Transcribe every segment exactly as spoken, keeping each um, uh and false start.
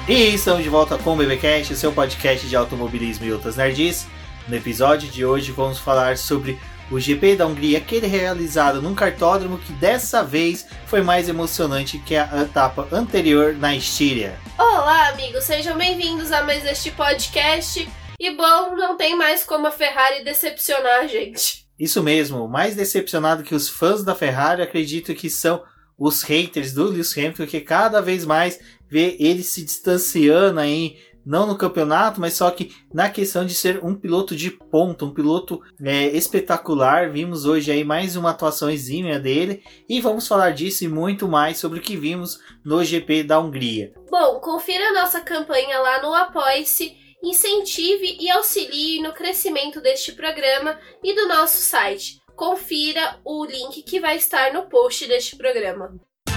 E estamos de volta com o BBcast, o seu podcast de automobilismo e outras nerds. No episódio de hoje vamos falar sobre o G P da Hungria, aquele realizado num kartódromo que dessa vez foi mais emocionante que a etapa anterior na Estíria. Olá amigos, sejam bem-vindos a mais este podcast. E bom, não tem mais como a Ferrari decepcionar a gente. Isso mesmo, mais decepcionado que os fãs da Ferrari, acredito que são os haters do Lewis Hamilton, que cada vez mais vê ele se distanciando aí, não no campeonato, mas só que na questão de ser um piloto de ponta, um piloto é, espetacular. Vimos hoje aí mais uma atuação exímia dele e vamos falar disso e muito mais sobre o que vimos no G P da Hungria. Bom, confira a nossa campanha lá no Apoie-se, incentive e auxilie no crescimento deste programa e do nosso site. Confira o link que vai estar no post deste programa.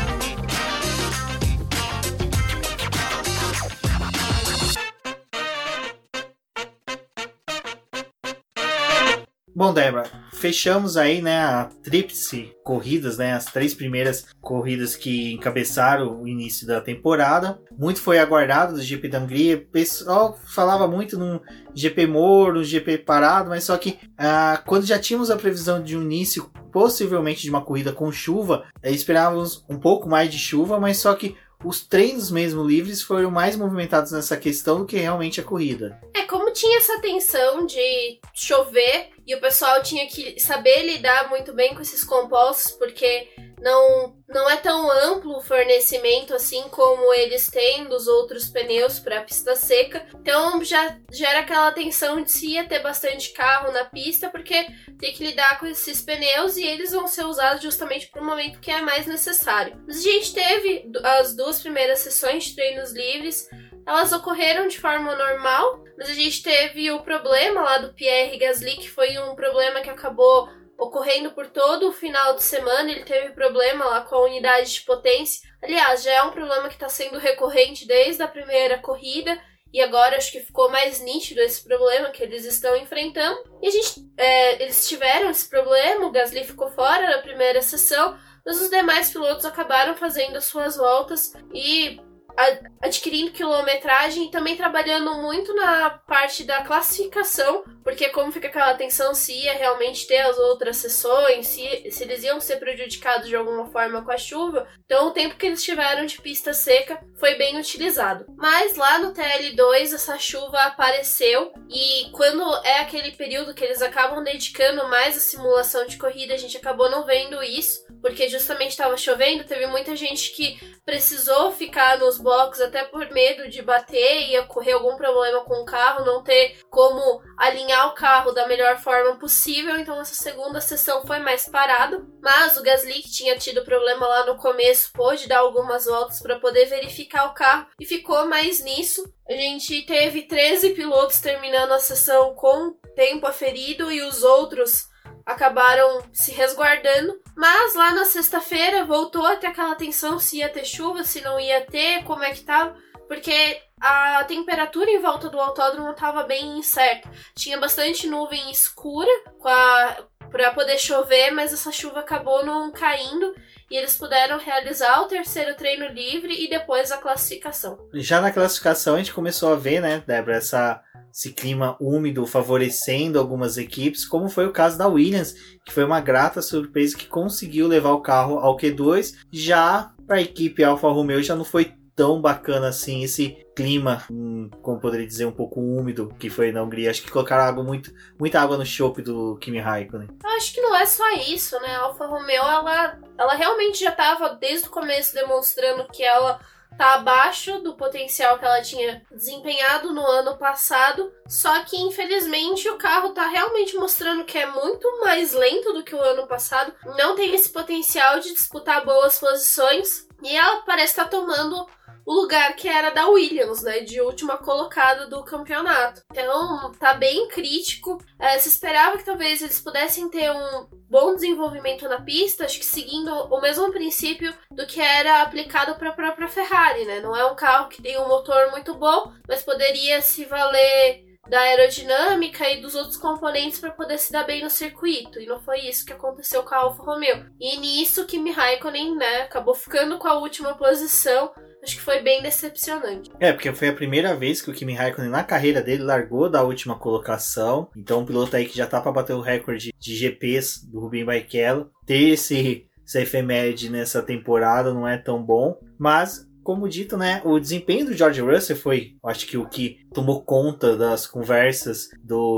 Bom, Débora, fechamos aí, né, a tríplice corridas, né, as três primeiras corridas que encabeçaram o início da temporada. Muito foi aguardado do G P da Hungria. O pessoal falava muito num G P morno, G P parado, mas só que ah, quando já tínhamos a previsão de um início, possivelmente de uma corrida com chuva, esperávamos um pouco mais de chuva, mas só que os treinos mesmo livres foram mais movimentados nessa questão do que realmente a corrida. É, como tinha essa tensão de chover e o pessoal tinha que saber lidar muito bem com esses compostos, porque não, não é tão amplo o fornecimento assim como eles têm dos outros pneus para a pista seca. Então já gera aquela tensão de se ia ter bastante carro na pista, porque tem que lidar com esses pneus e eles vão ser usados justamente para o momento que é mais necessário. Mas a gente teve as duas primeiras sessões de treinos livres. Elas ocorreram de forma normal, mas a gente teve o problema lá do Pierre Gasly, que foi um problema que acabou ocorrendo por todo o final de semana. Ele teve problema lá com a unidade de potência. Aliás, já é um problema que está sendo recorrente desde a primeira corrida, e agora acho que ficou mais nítido esse problema que eles estão enfrentando. E a gente, é, eles tiveram esse problema, o Gasly ficou fora na primeira sessão, mas os demais pilotos acabaram fazendo as suas voltas e adquirindo quilometragem e também trabalhando muito na parte da classificação, porque como fica aquela tensão se ia realmente ter as outras sessões, se, se eles iam ser prejudicados de alguma forma com a chuva, então o tempo que eles tiveram de pista seca foi bem utilizado. Mas lá no T L dois essa chuva apareceu e quando é aquele período que eles acabam dedicando mais à simulação de corrida, a gente acabou não vendo isso, porque justamente estava chovendo, teve muita gente que precisou ficar nos box até por medo de bater e ocorrer algum problema com o carro, não ter como alinhar o carro da melhor forma possível. Então essa segunda sessão foi mais parada, mas o Gasly, que tinha tido problema lá no começo, pôde dar algumas voltas para poder verificar o carro e ficou mais nisso. A gente teve treze pilotos terminando a sessão com tempo aferido e os outros acabaram se resguardando, mas lá na sexta-feira voltou a ter aquela tensão se ia ter chuva, se não ia ter, como é que tava, porque a temperatura em volta do autódromo estava bem incerta. Tinha bastante nuvem escura para poder chover, mas essa chuva acabou não caindo e eles puderam realizar o terceiro treino livre e depois a classificação. Já na classificação a gente começou a ver, né, Débora, essa... esse clima úmido favorecendo algumas equipes, como foi o caso da Williams, que foi uma grata surpresa que conseguiu levar o carro ao Q dois. Já para a equipe Alfa Romeo já não foi tão bacana assim esse clima, hum, como poderia dizer, um pouco úmido que foi na Hungria. Acho que colocaram água muito, muita água no chope do Kimi Raikkonen. Eu acho que não é só isso, né? A Alfa Romeo, ela, ela realmente já estava desde o começo demonstrando que ela tá abaixo do potencial que ela tinha desempenhado no ano passado, só que infelizmente o carro tá realmente mostrando que é muito mais lento do que o ano passado, não tem esse potencial de disputar boas posições e ela parece estar tá tomando o lugar que era da Williams, né, de última colocada do campeonato. Então tá bem crítico. É, se esperava que talvez eles pudessem ter um bom desenvolvimento na pista, acho que seguindo o mesmo princípio do que era aplicado para a própria Ferrari, né? Não é um carro que tem um motor muito bom, mas poderia se valer da aerodinâmica e dos outros componentes para poder se dar bem no circuito, e não foi isso que aconteceu com a Alfa Romeo. E nisso Kimi Raikkonen, né, acabou ficando com a última posição, acho que foi bem decepcionante. É, porque foi a primeira vez que o Kimi Raikkonen na carreira dele largou da última colocação. Então um piloto aí que já tá para bater o recorde de G Ps do Rubinho Barrichello. Ter esse, essa efeméride nessa temporada não é tão bom. Mas, como dito, né, o desempenho do George Russell foi, acho que o que tomou conta das conversas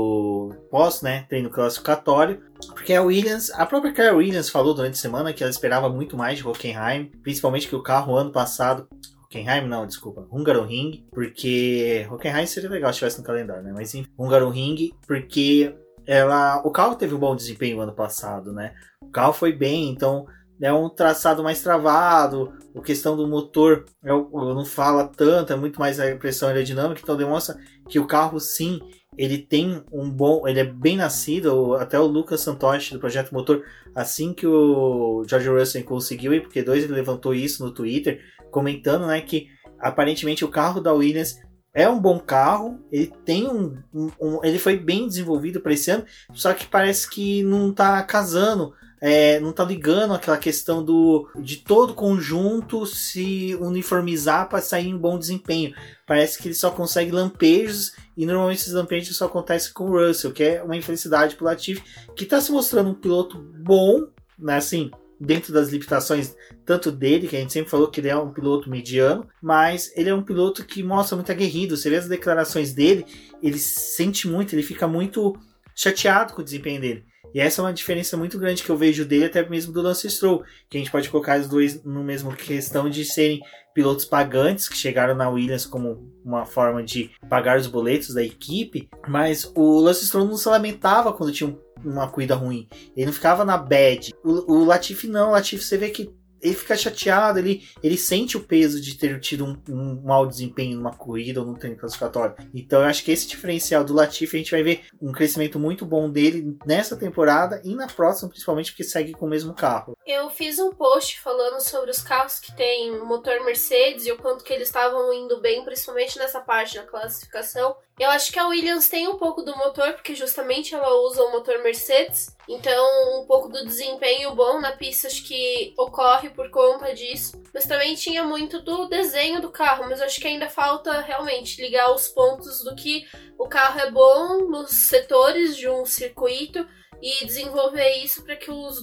do pós, né, treino classificatório. Porque a Williams, a própria Claire Williams falou durante a semana que ela esperava muito mais de Hockenheim. Principalmente que o carro ano passado... Hockenheim, não, desculpa, Hungaroring, porque Hockenheim seria legal se estivesse no calendário, né? Mas enfim, Hungaroring, porque ela, o carro teve um bom desempenho ano passado, né? O carro foi bem, então é um traçado mais travado, a questão do motor eu, eu não fala tanto, é muito mais a pressão aerodinâmica, então demonstra que o carro sim, ele tem um bom, ele é bem nascido, até o Lucas Santoshi do Projeto Motor, assim que o George Russell conseguiu ir, porque dois ele levantou isso no Twitter, comentando, né, que aparentemente o carro da Williams é um bom carro, ele tem um, um, um ele foi bem desenvolvido para esse ano, só que parece que não tá casando, é, não tá ligando aquela questão do de todo o conjunto se uniformizar para sair um bom desempenho. Parece que ele só consegue lampejos e normalmente esses lampejos só acontecem com o Russell, que é uma infelicidade pro Latifi, que tá se mostrando um piloto bom, né, assim, dentro das limitações tanto dele, que a gente sempre falou que ele é um piloto mediano, mas ele é um piloto que mostra muito aguerrido. Você vê as declarações dele, ele sente muito, ele fica muito chateado com o desempenho dele. E essa é uma diferença muito grande que eu vejo dele, até mesmo do Lance Stroll, que a gente pode colocar os dois no mesmo questão de serem pilotos pagantes, que chegaram na Williams como uma forma de pagar os boletos da equipe, mas o Lance Stroll não se lamentava quando tinha um uma corrida ruim, ele não ficava na bad. O, o Latifi não, o Latifi você vê que ele fica chateado, ele, ele sente o peso de ter tido um, um mau desempenho numa corrida ou num treino classificatório. Então eu acho que esse diferencial do Latifi, a gente vai ver um crescimento muito bom dele nessa temporada e na próxima, principalmente porque segue com o mesmo carro. Eu fiz um post falando sobre os carros que tem motor Mercedes e o quanto que eles estavam indo bem, principalmente nessa parte da classificação. Eu acho que a Williams tem um pouco do motor, porque justamente ela usa o motor Mercedes, então um pouco do desempenho bom na pista acho que ocorre por conta disso. Mas também tinha muito do desenho do carro, mas acho que ainda falta realmente ligar os pontos do que o carro é bom nos setores de um circuito e desenvolver isso para que os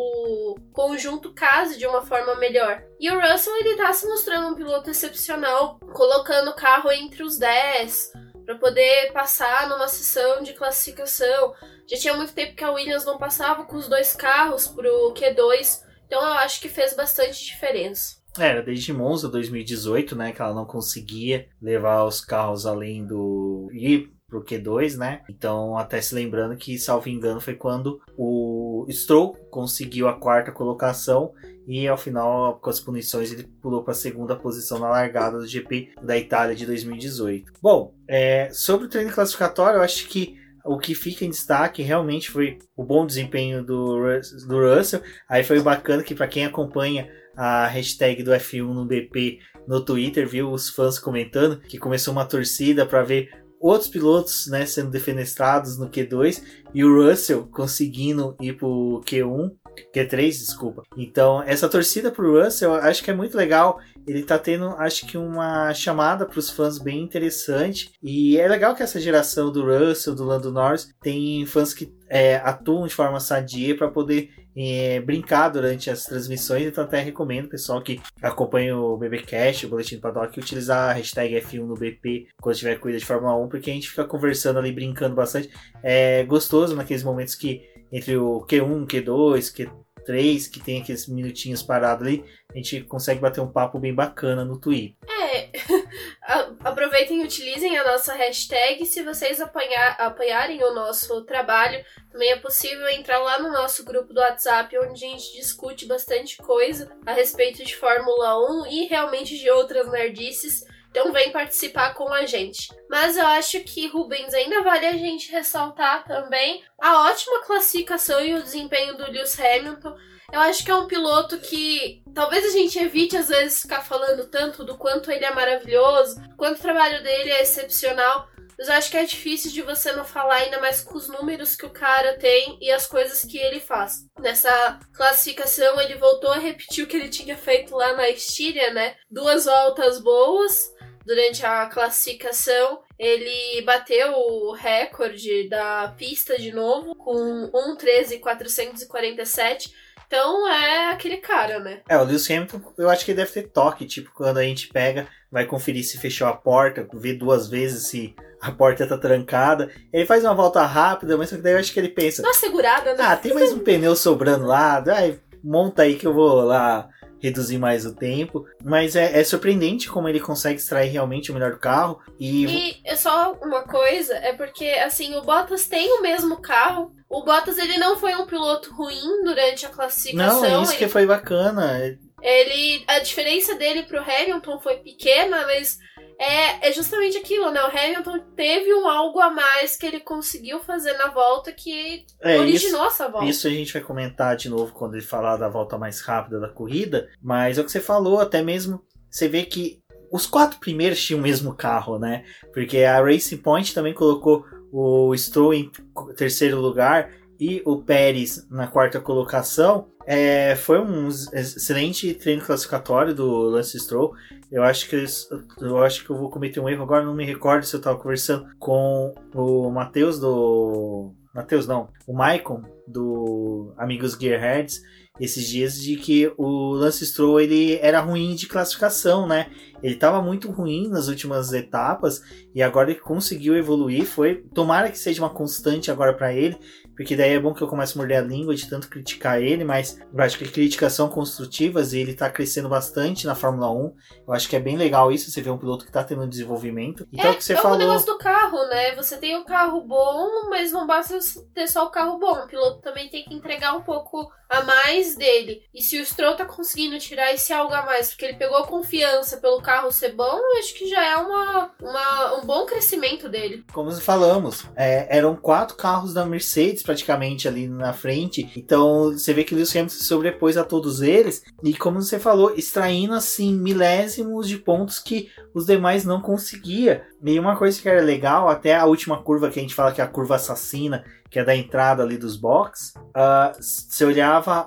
o conjunto case de uma forma melhor. E o Russell, ele tá se mostrando um piloto excepcional, colocando o carro entre os dez para poder passar numa sessão de classificação. Já tinha muito tempo que a Williams não passava com os dois carros pro Q dois, então eu acho que fez bastante diferença. Era desde Monza dois mil e dezoito, né, que ela não conseguia levar os carros além do... ir pro Q dois, né? Então, até se lembrando que, salvo engano, foi quando o Stroll conseguiu a quarta colocação e, ao final, com as punições, ele pulou para a segunda posição na largada do G P da Itália de dois mil e dezoito. Bom, é, sobre o treino classificatório, eu acho que o que fica em destaque realmente foi o bom desempenho do, do Russell. Aí foi bacana que, para quem acompanha a hashtag do F um no B P no Twitter, viu os fãs comentando que começou uma torcida para ver outros pilotos, né, sendo defenestrados no Q dois e o Russell conseguindo ir pro Q um, Q três, desculpa. Então, essa torcida pro Russell, eu acho que é muito legal. Ele tá tendo, acho que, uma chamada pros fãs bem interessante. E é legal que essa geração do Russell, do Lando Norris, tem fãs que é, atuam de forma sadia para poder é, brincar durante as transmissões. Então, até recomendo o pessoal que acompanha o BBcast, o Boletim do Paddock, utilizar a hashtag F um no B P quando tiver corrida de Fórmula um, porque a gente fica conversando ali, brincando bastante. É gostoso naqueles momentos que entre o Q um, Q dois, Q três, que tem aqueles minutinhos parados ali, a gente consegue bater um papo bem bacana no Twitter. É, aproveitem e utilizem a nossa hashtag. Se vocês apanhar, apoiarem o nosso trabalho, também é possível entrar lá no nosso grupo do WhatsApp, onde a gente discute bastante coisa a respeito de Fórmula um e realmente de outras nerdices. Então vem participar com a gente. Mas eu acho que, Rubens, ainda vale a gente ressaltar também a ótima classificação e o desempenho do Lewis Hamilton. Eu acho que é um piloto que talvez a gente evite às vezes ficar falando tanto do quanto ele é maravilhoso, do quanto o trabalho dele é excepcional. Mas eu acho que é difícil de você não falar, ainda mais com os números que o cara tem e as coisas que ele faz. Nessa classificação, ele voltou a repetir o que ele tinha feito lá na Estíria, né? Duas voltas boas durante a classificação. Ele bateu o recorde da pista de novo, com um treze quatrocentos e quarenta e sete. Então é aquele cara, né? É, o Lewis Hamilton, eu acho que ele deve ter toque, tipo, quando a gente pega, vai conferir se fechou a porta, vê duas vezes se a porta tá trancada. Ele faz uma volta rápida, mas daí eu acho que ele pensa... Dá uma segurada, né? Ah, tem mais um pneu sobrando lá, ai, monta aí que eu vou lá reduzir mais o tempo. Mas é, é surpreendente como ele consegue extrair realmente o melhor do carro. E... e é só uma coisa, é porque, assim, o Bottas tem o mesmo carro. O Bottas, ele não foi um piloto ruim durante a classificação. Não, isso ele... que foi bacana. Ele, a diferença dele pro Hamilton foi pequena, mas é, é justamente aquilo, né? O Hamilton teve um algo a mais que ele conseguiu fazer na volta que é, originou isso, essa volta. Isso a gente vai comentar de novo quando ele falar da volta mais rápida da corrida, mas é o que você falou, até mesmo você vê que os quatro primeiros tinham o mesmo carro, né? Porque a Racing Point também colocou o Stroll em terceiro lugar e o Pérez na quarta colocação. É, foi um excelente treino classificatório do Lance Stroll. Eu acho que eu acho que eu vou cometer um erro agora, não me recordo se eu estava conversando com o Matheus do... Matheus não, o Maicon do Amigos Gearheads esses dias, de que o Lance Stroll ele era ruim de classificação, né? Ele estava muito ruim nas últimas etapas e agora ele conseguiu evoluir. Foi, tomara que seja uma constante agora para ele, porque daí é bom que eu comece a morder a língua de tanto criticar ele, mas eu acho que críticas são construtivas e ele tá crescendo bastante na Fórmula um. Eu acho que é bem legal isso, você vê um piloto que tá tendo desenvolvimento. Então, é, o que você é falou... o negócio do carro, né? Você tem o carro bom, mas não basta ter só o carro bom. O piloto também tem que entregar um pouco a mais dele. E se o Stroll tá conseguindo tirar esse algo a mais, porque ele pegou a confiança pelo carro ser bom, eu acho que já é uma, uma, um bom crescimento dele. Como falamos, é, eram quatro carros da Mercedes praticamente ali na frente, então você vê que o Lewis Hamilton se sobrepôs a todos eles, e como você falou, extraindo assim milésimos de pontos que os demais não conseguia. E uma coisa que era legal, até a última curva que a gente fala que é a curva assassina, que é da entrada ali dos box, uh, você olhava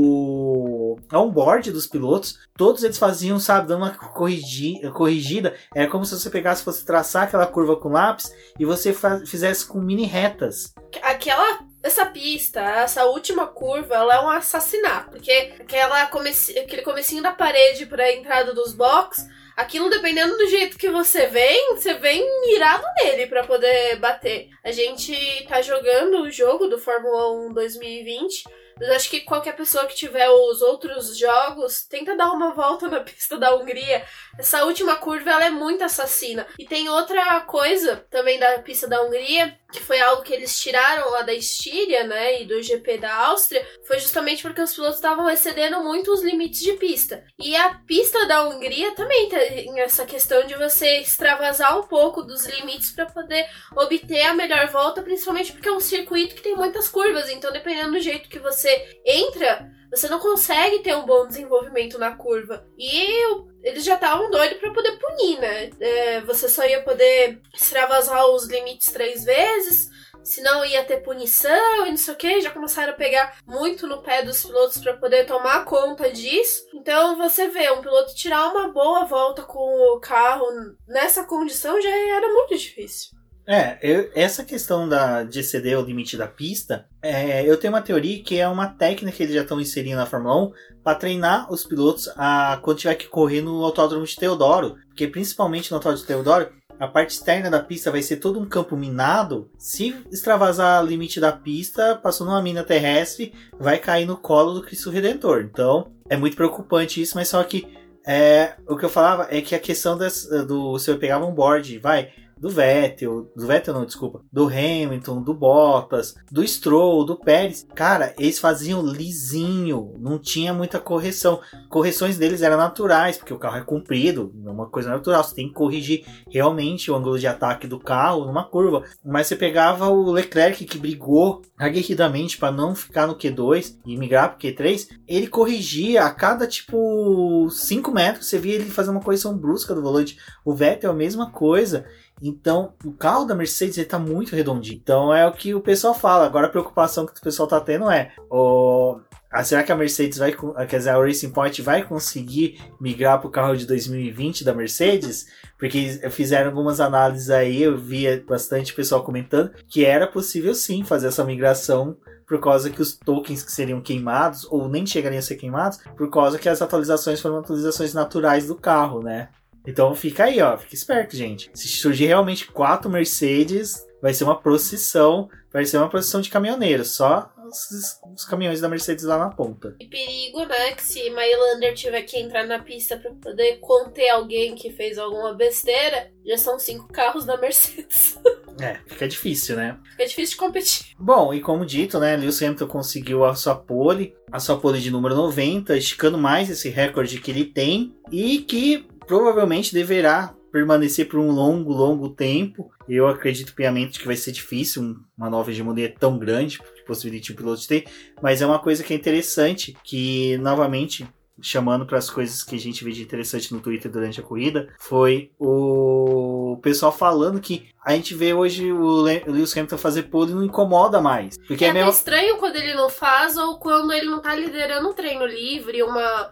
o on-board dos pilotos, todos eles faziam, sabe, dando uma corrigi- corrigida, é como se você pegasse, fosse traçar aquela curva com lápis e você fa- fizesse com mini retas. Aquela, essa pista, essa última curva, ela é um assassinato, porque aquela comece- aquele comecinho da parede para a entrada dos box, aquilo, dependendo do jeito que você vem, você vem mirado nele pra poder bater. A gente tá jogando o jogo do Fórmula um dois mil e vinte, mas acho que qualquer pessoa que tiver os outros jogos, tenta dar uma volta na pista da Hungria. Essa última curva, ela é muito assassina. E tem outra coisa também da pista da Hungria, que foi algo que eles tiraram lá da Estíria, né, e do G P da Áustria, foi justamente porque os pilotos estavam excedendo muito os limites de pista. E a pista da Hungria também tem essa questão de você extravasar um pouco dos limites para poder obter a melhor volta, principalmente porque é um circuito que tem muitas curvas, então dependendo do jeito que você entra, você não consegue ter um bom desenvolvimento na curva. E eles já estavam doidos pra poder punir, né? É, você só ia poder extravasar os limites três vezes, senão ia ter punição e não sei o que. Já começaram a pegar muito no pé dos pilotos pra poder tomar conta disso. Então você vê, um piloto tirar uma boa volta com o carro nessa condição já era muito difícil. É, eu, essa questão da, de exceder o limite da pista, é, eu tenho uma teoria que é uma técnica que eles já estão inserindo na Fórmula um para treinar os pilotos a quando tiver que correr no Autódromo de Teodoro, porque principalmente no Autódromo de Teodoro, a parte externa da pista vai ser todo um campo minado. Se extravasar o limite da pista, passou numa mina terrestre, vai cair no colo do Cristo Redentor. Então, é muito preocupante isso, mas só que é, o que eu falava é que a questão das, do você pegava um board, vai... do Vettel, do Vettel não, desculpa, do Hamilton, do Bottas, do Stroll, do Pérez, cara, eles faziam lisinho, não tinha muita correção, correções deles eram naturais, porque o carro é comprido, é uma coisa natural, você tem que corrigir realmente o ângulo de ataque do carro numa curva, mas você pegava o Leclerc que brigou aguerridamente para não ficar no Q dois e migrar pro Q três, ele corrigia a cada tipo cinco metros, você via ele fazer uma correção brusca do volante, o Vettel a mesma coisa. Então, o carro da Mercedes ele tá muito redondinho. Então, é o que o pessoal fala. Agora, a preocupação que o pessoal tá tendo é... O... Ah, será que a Mercedes vai... Quer dizer, a Racing Point vai conseguir migrar pro carro de dois mil e vinte da Mercedes? Porque fizeram algumas análises aí, eu via bastante pessoal comentando que era possível sim fazer essa migração por causa que os tokens que seriam queimados, ou nem chegariam a ser queimados, por causa que as atualizações foram atualizações naturais do carro, né? Então fica aí, ó, fica esperto, gente. Se surgir realmente quatro Mercedes, vai ser uma procissão, vai ser uma procissão de caminhoneiros, só os, os caminhões da Mercedes lá na ponta. E perigo, né, que se Maylander tiver que entrar na pista pra poder conter alguém que fez alguma besteira, já são cinco carros da Mercedes. É, fica difícil, né? Fica difícil de competir. Bom, e como dito, né, Lewis Hamilton conseguiu a sua pole, a sua pole de número noventa, esticando mais esse recorde que ele tem, e que provavelmente deverá permanecer por um longo, longo tempo. Eu acredito piamente que vai ser difícil uma nova hegemonia tão grande, que possibilite o piloto ter, mas é uma coisa que é interessante, que novamente, chamando para as coisas que a gente vê de interessante no Twitter durante a corrida, foi o pessoal falando que a gente vê hoje o Lewis Hamilton fazer pole e não incomoda mais. Porque é é até mesmo... estranho quando ele não faz ou quando ele não tá liderando um treino livre, uma,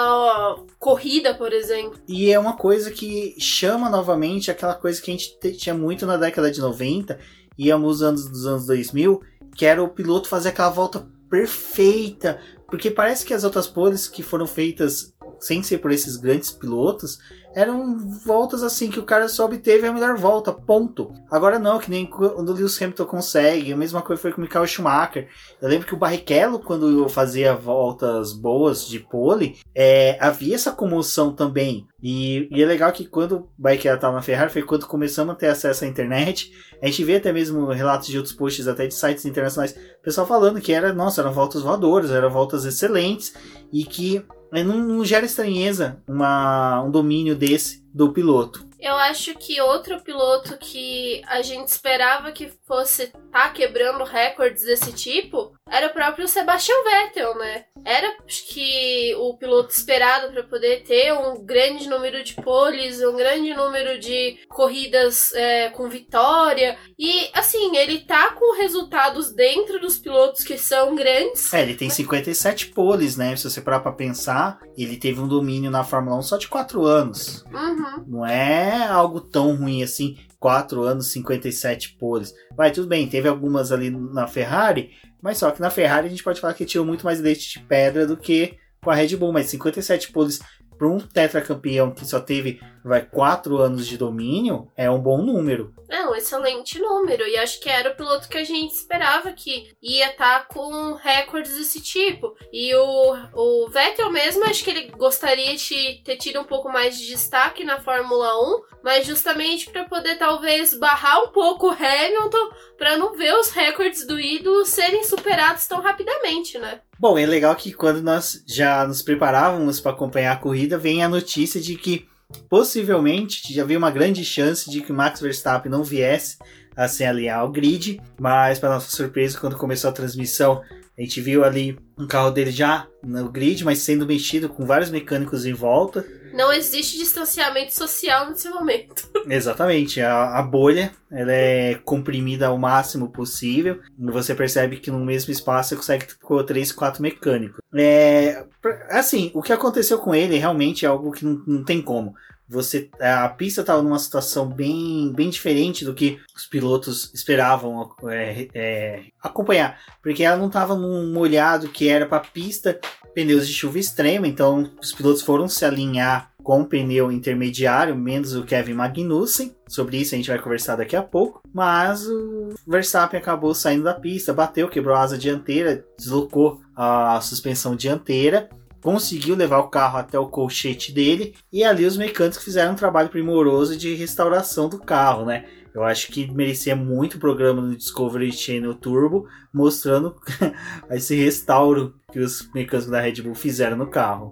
uma corrida, por exemplo. E é uma coisa que chama novamente aquela coisa que a gente tinha muito na década de noventa e nos anos dos anos dois mil, que era o piloto fazer aquela volta perfeita. Porque parece que as outras poles que foram feitas sem ser por esses grandes pilotos eram voltas assim que o cara só obteve a melhor volta, ponto. Agora não, que nem quando o Lewis Hamilton consegue, a mesma coisa foi com o Michael Schumacher. Eu lembro que o Barrichello, quando fazia voltas boas de pole, é, havia essa comoção também. E, e é legal que quando o Barrichello estava na Ferrari, foi quando começamos a ter acesso à internet, a gente vê até mesmo relatos de outros posts, até de sites internacionais, pessoal falando que era, nossa, eram voltas voadoras, eram voltas excelentes, e que não, não gera estranheza uma, um domínio desse do piloto. Eu acho que outro piloto que a gente esperava que fosse tá quebrando recordes desse tipo era o próprio Sebastian Vettel, né? Era acho que o piloto esperado para poder ter um grande número de poles, um grande número de corridas é, com vitória. E, assim, ele tá com resultados dentro dos pilotos que são grandes. É, ele tem cinquenta e sete poles, né? Se você parar pra pensar, ele teve um domínio na Fórmula um só de quatro anos. Uhum. Não é algo tão ruim assim, quatro anos, cinquenta e sete poles. Vai, tudo bem, teve algumas ali na Ferrari, mas só que na Ferrari a gente pode falar que tirou muito mais leite de pedra do que com a Red Bull, mas cinquenta e sete poles para um tetracampeão que só teve vai quatro anos de domínio é um bom número. É um excelente número, e acho que era o piloto que a gente esperava que ia estar com recordes desse tipo. E o, o Vettel mesmo, acho que ele gostaria de ter tido um pouco mais de destaque na Fórmula um, mas justamente para poder talvez barrar um pouco o Hamilton, para não ver os recordes do ídolo serem superados tão rapidamente, né? Bom, é legal que quando nós já nos preparávamos para acompanhar a corrida, vem a notícia de que possivelmente já havia uma grande chance de que Max Verstappen não viesse a se alinhar ao grid, mas para nossa surpresa, quando começou a transmissão, a gente viu ali um carro dele já no grid, mas sendo mexido com vários mecânicos em volta. Não existe distanciamento social nesse momento. Exatamente, a, a bolha ela é comprimida ao máximo possível. E você percebe que no mesmo espaço você consegue pôr três, quatro mecânicos. É, assim, o que aconteceu com ele realmente é algo que não, não tem como. Você, a pista estava numa situação bem, bem diferente do que os pilotos esperavam é, é, acompanhar, porque ela não estava num molhado que era para pista, pneus de chuva extrema, então os pilotos foram se alinhar com o pneu intermediário, menos o Kevin Magnussen. Sobre isso a gente vai conversar daqui a pouco, mas o Verstappen acabou saindo da pista, bateu, quebrou a asa dianteira, deslocou a suspensão dianteira, conseguiu levar o carro até o colchete dele, e ali os mecânicos fizeram um trabalho primoroso de restauração do carro, né? Eu acho que merecia muito programa no Discovery Channel Turbo, mostrando esse restauro que os mecânicos da Red Bull fizeram no carro. Não,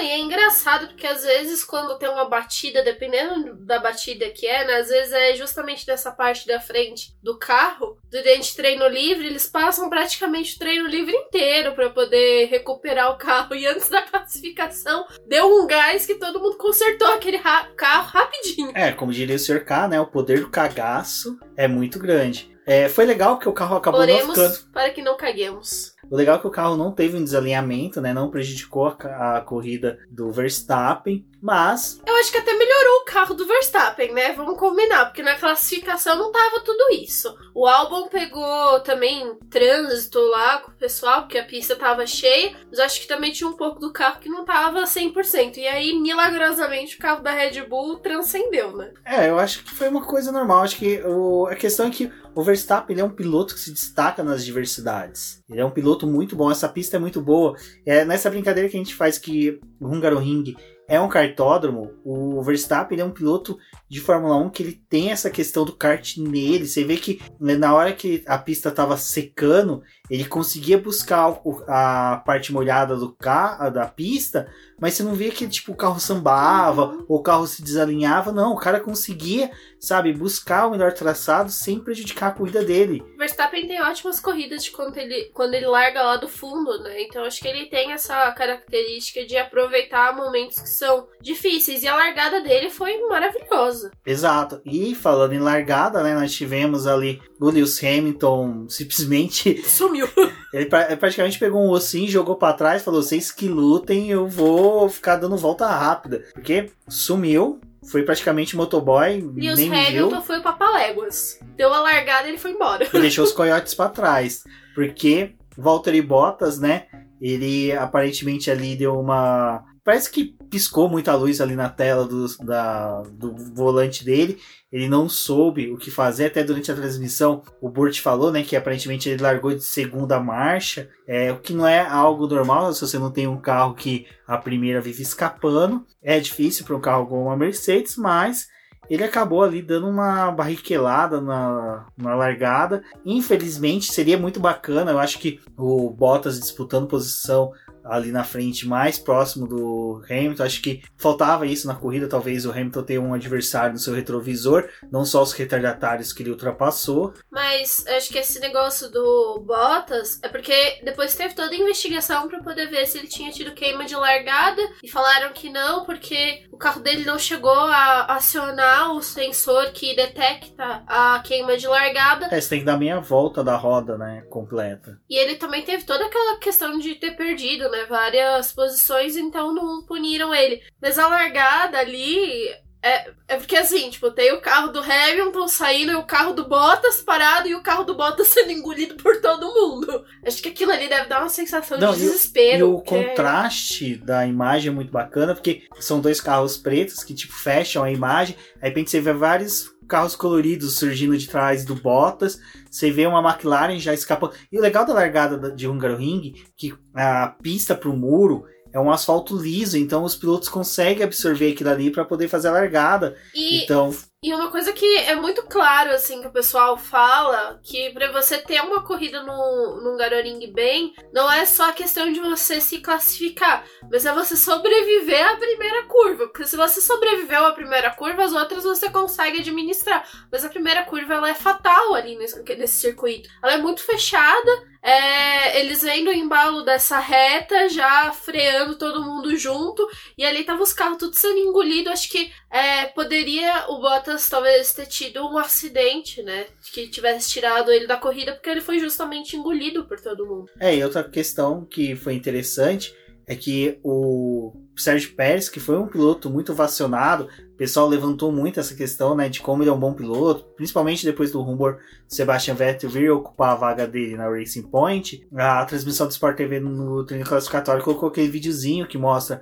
e é engraçado porque às vezes quando tem uma batida, dependendo da batida que é, né, às vezes é justamente dessa parte da frente do carro, durante treino livre, eles passam praticamente o treino livre inteiro pra poder recuperar o carro, e antes da classificação deu um gás que todo mundo consertou aquele ra- carro rapidinho. É, como diria o senhor K, né, o poder do cagaço é muito grande. É, foi legal que o carro acabou Oremos não ficando... para que não caguemos. O legal é que o carro não teve um desalinhamento, né? Não prejudicou a, a corrida do Verstappen, mas... Eu acho que até melhorou o carro do Verstappen, né? Vamos combinar, porque na classificação não tava tudo isso. O Albon pegou também trânsito lá com o pessoal, porque a pista tava cheia, mas acho que também tinha um pouco do carro que não tava cem por cento. E aí, milagrosamente, o carro da Red Bull transcendeu, né? É, eu acho que foi uma coisa normal. Acho que o, a questão é que o Verstappen ele é um piloto que se destaca nas diversidades. Ele é um piloto muito bom, essa pista é muito boa. É nessa brincadeira que a gente faz que o Hungaroring é um kartódromo, o Verstappen ele é um piloto de Fórmula um que ele tem essa questão do kart nele. Você vê que na hora que a pista estava secando, ele conseguia buscar a parte molhada do carro, da pista, mas você não via que tipo, o carro sambava, uhum. ou o carro se desalinhava. Não, o cara conseguia, sabe, buscar o melhor traçado sem prejudicar a corrida dele. O Verstappen tem ótimas corridas de quando ele, quando ele larga lá do fundo, né? Então acho que ele tem essa característica de aproveitar momentos que são difíceis, e a largada dele foi maravilhosa. Exato. E falando em largada, né, nós tivemos ali o Lewis Hamilton simplesmente... Sumiu. Ele praticamente pegou um ossinho, jogou pra trás, falou, vocês que lutem, eu vou ficar dando volta rápida. Porque sumiu, foi praticamente motoboy, Lewis nem Hamilton viu. foi pra Paléguas. Deu a largada e ele foi embora. E deixou os coiotes pra trás. Porque Valtteri Bottas, né, ele aparentemente ali deu uma... Parece que piscou muita luz ali na tela do, da, do volante dele. Ele não soube o que fazer. Até durante a transmissão, o Burt falou, né, que aparentemente ele largou de segunda marcha. É, o que não é algo normal se você não tem um carro que a primeira vive escapando. É difícil para um carro como uma Mercedes, mas ele acabou ali dando uma barriquelada na, na largada. Infelizmente, seria muito bacana. Eu acho que o Bottas disputando posição ali na frente, mais próximo do Hamilton. Acho que faltava isso na corrida. Talvez o Hamilton tenha um adversário no seu retrovisor, não só os retardatários que ele ultrapassou. Mas acho que esse negócio do Bottas é porque depois teve toda a investigação para poder ver se ele tinha tido queima de largada, e falaram que não, porque o carro dele não chegou a acionar o sensor que detecta a queima de largada. É, você tem que dar meia volta da roda, né, completa. E ele também teve toda aquela questão de ter perdido, né, várias posições, então não puniram ele. Mas a largada ali é, é porque assim, tipo, tem o carro do Hamilton saindo e o carro do Bottas parado e o carro do Bottas sendo engolido por todo mundo. Acho que aquilo ali deve dar uma sensação não, de desespero. E o, e o porque... contraste da imagem é muito bacana, porque são dois carros pretos que tipo fecham a imagem. Aí de repente você vê vários carros coloridos surgindo de trás do Bottas. Você vê uma McLaren já escapando. E o legal da largada de Hungaroring, que a pista pro muro é um asfalto liso, então os pilotos conseguem absorver aquilo ali para poder fazer a largada. E, então... e uma coisa que é muito claro, assim, que o pessoal fala, que para você ter uma corrida no, no Hungaroring bem, não é só a questão de você se classificar, mas é você sobreviver à primeira curva. Porque se você sobreviveu à primeira curva, as outras você consegue administrar. Mas a primeira curva, ela é fatal ali nesse, nesse circuito. Ela é muito fechada. É, eles vendo o embalo dessa reta, já freando todo mundo junto, e ali tava os carros tudo sendo engolido. Acho que é, poderia o Bottas talvez ter tido um acidente, né, que tivesse tirado ele da corrida, porque ele foi justamente engolido por todo mundo. É, e outra questão que foi interessante é que o Sérgio Pérez, que foi um piloto muito ovacionado, o pessoal levantou muito essa questão, né, de como ele é um bom piloto, principalmente depois do rumor de Sebastian Vettel vir ocupar a vaga dele na Racing Point. A transmissão do Sport T V no treino classificatório colocou aquele videozinho que mostra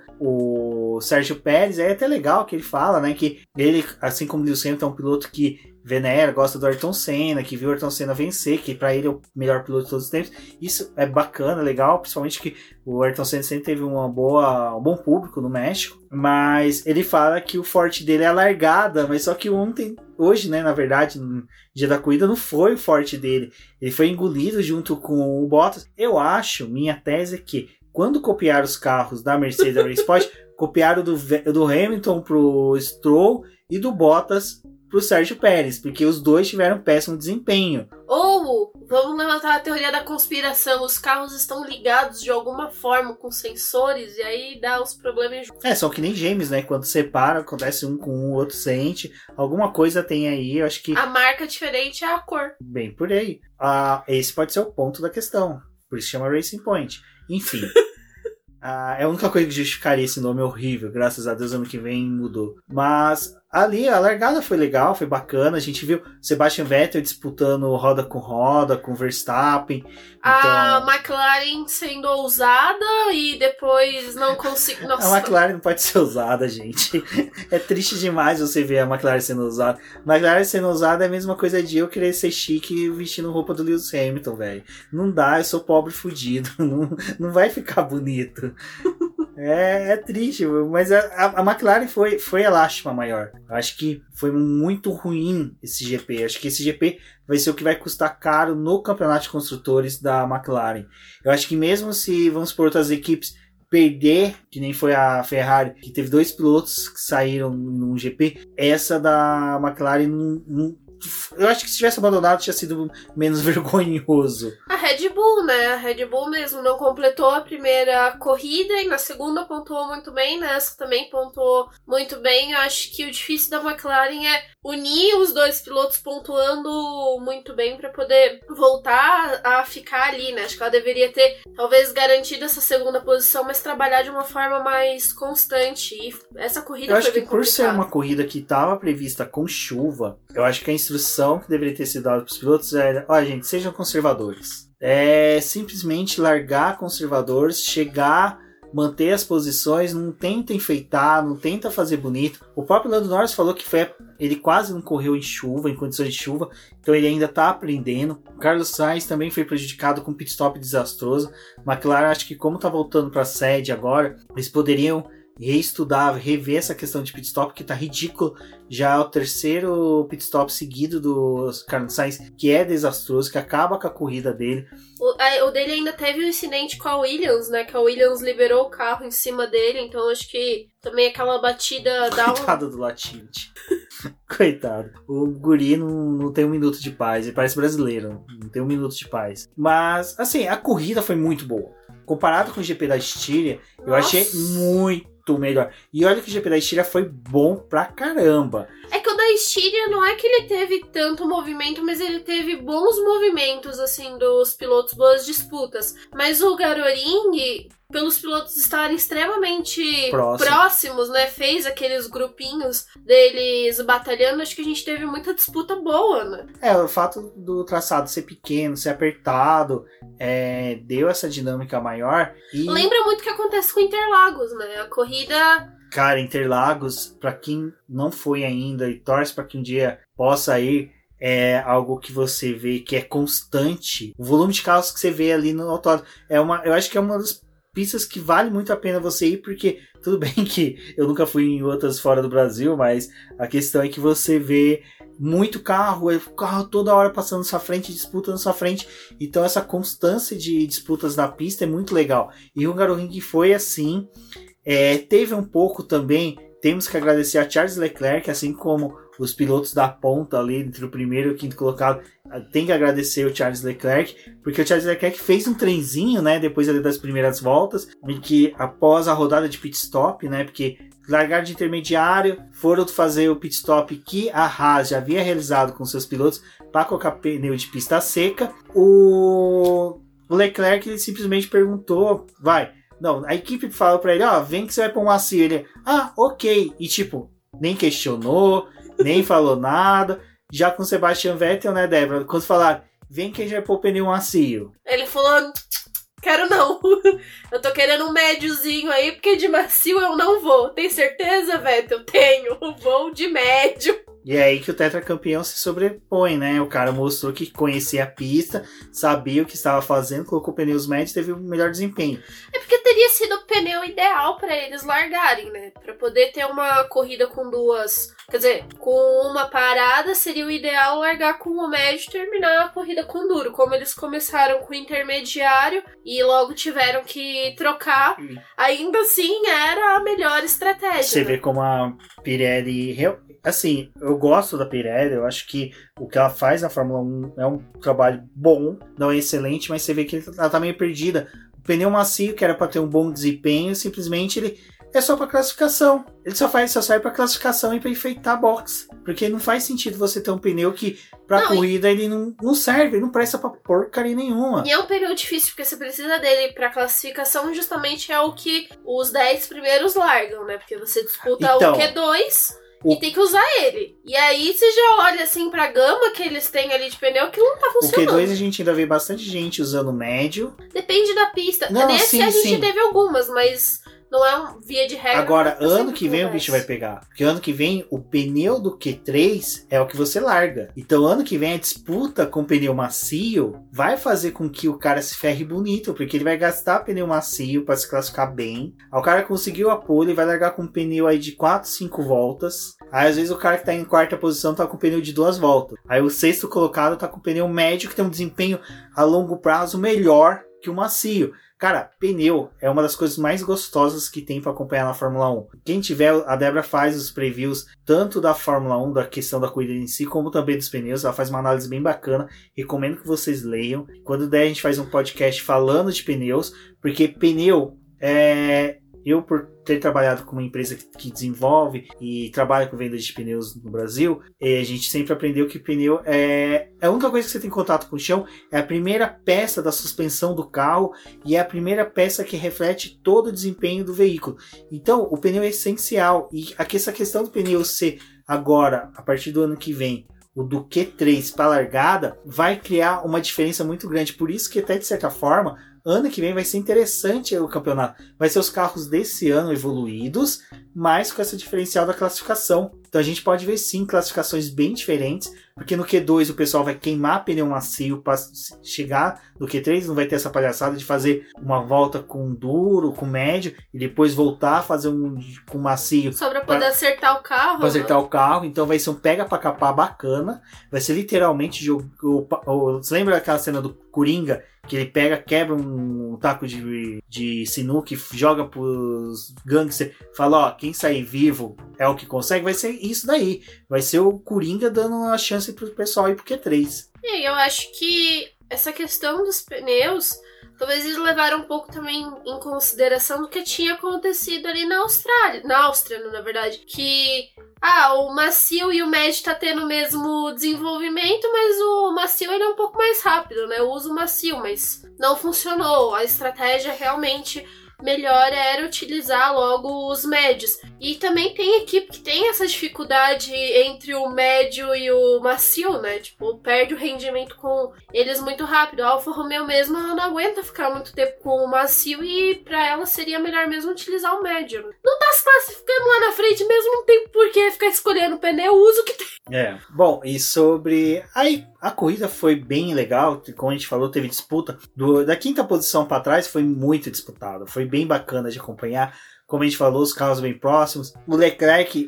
o Sérgio Pérez. É até legal que ele fala, né, que ele, assim como o Lewis Hamilton, é um piloto que venera, gosta do Ayrton Senna, que viu o Ayrton Senna vencer, que pra ele é o melhor piloto de todos os tempos. Isso é bacana, legal, principalmente que o Ayrton Senna sempre teve uma boa, um bom público no México, mas ele fala que o forte dele é a largada, mas só que ontem, hoje, né, na verdade, no dia da corrida, não foi o forte dele. Ele foi engolido junto com o Bottas. Eu acho, minha tese é que quando copiar os carros da Mercedes da Race Point, copiaram do, do Hamilton pro Stroll e do Bottas pro Sérgio Pérez, porque os dois tiveram péssimo desempenho. Ou, vamos levantar a teoria da conspiração, os carros estão ligados de alguma forma com sensores e aí dá os problemas. É, são que nem gêmeos, né? Quando separa, acontece um com um, o outro sente. Alguma coisa tem aí, eu acho que... A marca diferente é a cor. Bem por aí. Ah, esse pode ser o ponto da questão. Por isso chama Racing Point. Enfim. ah, é a única coisa que justificaria esse nome horrível. Graças a Deus, ano que vem mudou. Mas... ali a largada foi legal, foi bacana. A gente viu Sebastian Vettel disputando roda com roda, com Verstappen. Então... a McLaren sendo ousada e depois não conseguiu. A McLaren não pode ser ousada, gente. É triste demais você ver a McLaren sendo ousada. A McLaren sendo ousada é a mesma coisa de eu querer ser chique vestindo roupa do Lewis Hamilton, velho. Não dá, eu sou pobre fudido. Não, não vai ficar bonito. É, é triste, mas a, a McLaren foi, foi a lástima maior. Eu acho que foi muito ruim esse G P. Acho que esse G P vai ser o que vai custar caro no campeonato de construtores da McLaren. Eu acho que mesmo se, vamos supor, outras equipes perder, que nem foi a Ferrari, que teve dois pilotos que saíram no G P, essa da McLaren não, não, eu acho que se tivesse abandonado tinha sido menos vergonhoso. A Red Bull, né? A Red Bull mesmo não completou a primeira corrida e na segunda pontuou muito bem, nessa também pontuou muito bem. Eu acho que o difícil da McLaren é unir os dois pilotos pontuando muito bem para poder voltar a ficar ali, né? Acho que ela deveria ter talvez garantido essa segunda posição, mas trabalhar de uma forma mais constante. E essa corrida eu foi acho bem que por complicada. ser uma corrida que estava prevista com chuva, eu acho que a instrução que deveria ter sido dada para os pilotos era: olha, gente, sejam conservadores. É simplesmente largar conservadores, chegar, manter as posições, não tenta enfeitar, não tenta fazer bonito. O próprio Lando Norris falou que foi, ele quase não correu em chuva, em condições de chuva, então ele ainda está aprendendo. O Carlos Sainz também foi prejudicado com um pit stop desastroso. McLaren, acho que como está voltando para a sede agora, eles poderiam reestudar, rever essa questão de pit stop, que tá ridículo. Já é o terceiro pit stop seguido do Carlos Sainz, que é desastroso, que acaba com a corrida dele. O, a, o dele ainda teve um incidente com a Williams, né? Que a Williams liberou o carro em cima dele, então acho que também aquela batida dá um... Coitado do Latifi. Coitado. O guri não, não tem um minuto de paz. Ele parece brasileiro. Não tem um minuto de paz. Mas, assim, a corrida foi muito boa. Comparado com o G P da Estíria, eu Nossa. achei muito melhor. E olha que o G P da Estíria foi bom pra caramba. É que o da Estíria não é que ele teve tanto movimento, mas ele teve bons movimentos, assim, dos pilotos, boas disputas. Mas o Garoring, pelos pilotos estarem extremamente Próximo. próximos, né? Fez aqueles grupinhos deles batalhando. Acho que a gente teve muita disputa boa, né? É, o fato do traçado ser pequeno, ser apertado, é, deu essa dinâmica maior. E... lembra muito o que acontece com Interlagos, né? A corrida... Cara, Interlagos, pra quem não foi ainda e torce pra que um dia possa ir, é algo que você vê que é constante. O volume de carros que você vê ali no autódromo é uma, eu acho que é uma das pistas que vale muito a pena você ir, porque tudo bem que eu nunca fui em outras fora do Brasil, mas a questão é que você vê muito carro, é carro toda hora passando na sua frente, disputa na sua frente, então essa constância de disputas na pista é muito legal. E o Hungaroring foi assim. É, teve um pouco também, temos que agradecer a Charles Leclerc, assim como os pilotos da ponta ali, entre o primeiro e o quinto colocado, tem que agradecer o Charles Leclerc, porque o Charles Leclerc fez um trenzinho, né, depois ali das primeiras voltas, em que após a rodada de pit stop, né, porque largar de intermediário, foram fazer o pit stop que a Haas já havia realizado com seus pilotos para colocar pneu de pista seca, o, o Leclerc ele simplesmente perguntou, vai... Não, a equipe falou pra ele, ó, oh, vem que você vai pôr um macio. Ele, ah, ok. E tipo, nem questionou, nem falou nada. Já com o Sebastian Vettel, né, Débora? Quando falaram, vem que a gente vai pôr pneu macio. Ele falou, quero não. Eu tô querendo um médiozinho aí, porque de macio eu não vou. Tem certeza, Vettel? Tenho. Vou de médio. E é aí que o tetracampeão se sobrepõe, né? O cara mostrou que conhecia a pista, sabia o que estava fazendo, colocou pneus médios e teve o melhor desempenho. É porque teria sido o pneu ideal para eles largarem, né? Para poder ter uma corrida com duas... Quer dizer, com uma parada seria o ideal largar com o médio e terminar a corrida com o duro. Como eles começaram com o intermediário e logo tiveram que trocar, ainda assim era a melhor estratégia. Você né? vê como a Pirelli... Assim, eu gosto da Pirelli, eu acho que o que ela faz na Fórmula um é um trabalho bom, não é excelente, mas você vê que ela tá meio perdida. O pneu macio, que era para ter um bom desempenho, simplesmente ele é só para classificação. Ele só faz, só serve para classificação e para enfeitar a box. Porque não faz sentido você ter um pneu que pra não, corrida e... ele não, não serve, não presta pra porcaria nenhuma. E é um pneu difícil, porque você precisa dele pra classificação, justamente é o que os dez primeiros largam, né? Porque você disputa então, o Q dois... O... E tem que usar ele. E aí você já olha assim pra gama que eles têm ali de pneu que não tá funcionando. O Q dois a gente ainda vê bastante gente usando médio. Depende da pista. Não, Nesse sim, a gente sim. teve algumas, mas não é um via de regra. Agora, ano que vem o bicho vai pegar. Porque ano que vem o pneu do Q três é o que você larga. Então ano que vem a disputa com pneu macio vai fazer com que o cara se ferre bonito. Porque ele vai gastar pneu macio pra se classificar bem. Aí o cara conseguiu a pole e vai largar com um pneu aí de quatro, cinco voltas. Aí às vezes o cara que tá em quarta posição tá com pneu de duas voltas. Aí o sexto colocado tá com pneu médio que tem um desempenho a longo prazo melhor que o macio. Cara, pneu é uma das coisas mais gostosas que tem para acompanhar na Fórmula um. Quem tiver, a Débora faz os previews tanto da Fórmula um, da questão da corrida em si, como também dos pneus. Ela faz uma análise bem bacana. Recomendo que vocês leiam. Quando der, a gente faz um podcast falando de pneus, porque pneu é... Eu, por ter trabalhado com uma empresa que, que desenvolve e trabalha com venda de pneus no Brasil, a gente sempre aprendeu que pneu é... A única coisa que você tem contato com o chão é a primeira peça da suspensão do carro e é a primeira peça que reflete todo o desempenho do veículo. Então, o pneu é essencial. E aqui, essa questão do pneu ser agora, a partir do ano que vem, o do Q três para largada, vai criar uma diferença muito grande. Por isso que até, de certa forma, ano que vem vai ser interessante o campeonato. Vai ser os carros desse ano evoluídos, mas com essa diferencial da classificação. Então a gente pode ver sim classificações bem diferentes, porque no Q dois o pessoal vai queimar pneu macio para chegar no Q três, não vai ter essa palhaçada de fazer uma volta com duro, com médio, e depois voltar a fazer um com macio. Só para poder pra, acertar o carro. Para acertar o carro, então vai ser um pega para capar bacana, vai ser literalmente jogo. Você lembra daquela cena do Coringa? Que ele pega, quebra um taco de, de sinuca e joga pros gangsters, fala, ó, quem sair vivo é o que consegue, vai ser isso daí. Vai ser o Coringa dando uma chance pro pessoal ir pro Q três. E eu acho que essa questão dos pneus, talvez eles levaram um pouco também em consideração do que tinha acontecido ali na Austrália, na Áustria, na verdade, que ah, o macio e o médio tá tendo o mesmo desenvolvimento, mas o macio ele é um pouco mais rápido, né? Eu uso o macio, mas não funcionou. A estratégia realmente melhor era utilizar logo os médios. E também tem equipe que tem essa dificuldade entre o médio e o macio, né? Tipo, perde o rendimento com eles muito rápido. A Alfa Romeo mesmo, ela não aguenta ficar muito tempo com o macio e pra ela seria melhor mesmo utilizar o médio. Não tá se classificando lá na frente mesmo, não tem por que ficar escolhendo o pneu, usa o que tem. É, bom, e sobre... Aí, a corrida foi bem legal, como a gente falou, teve disputa. Do, da quinta posição pra trás foi muito disputada, foi bem bacana de acompanhar. Como a gente falou, os carros bem próximos. O Leclerc,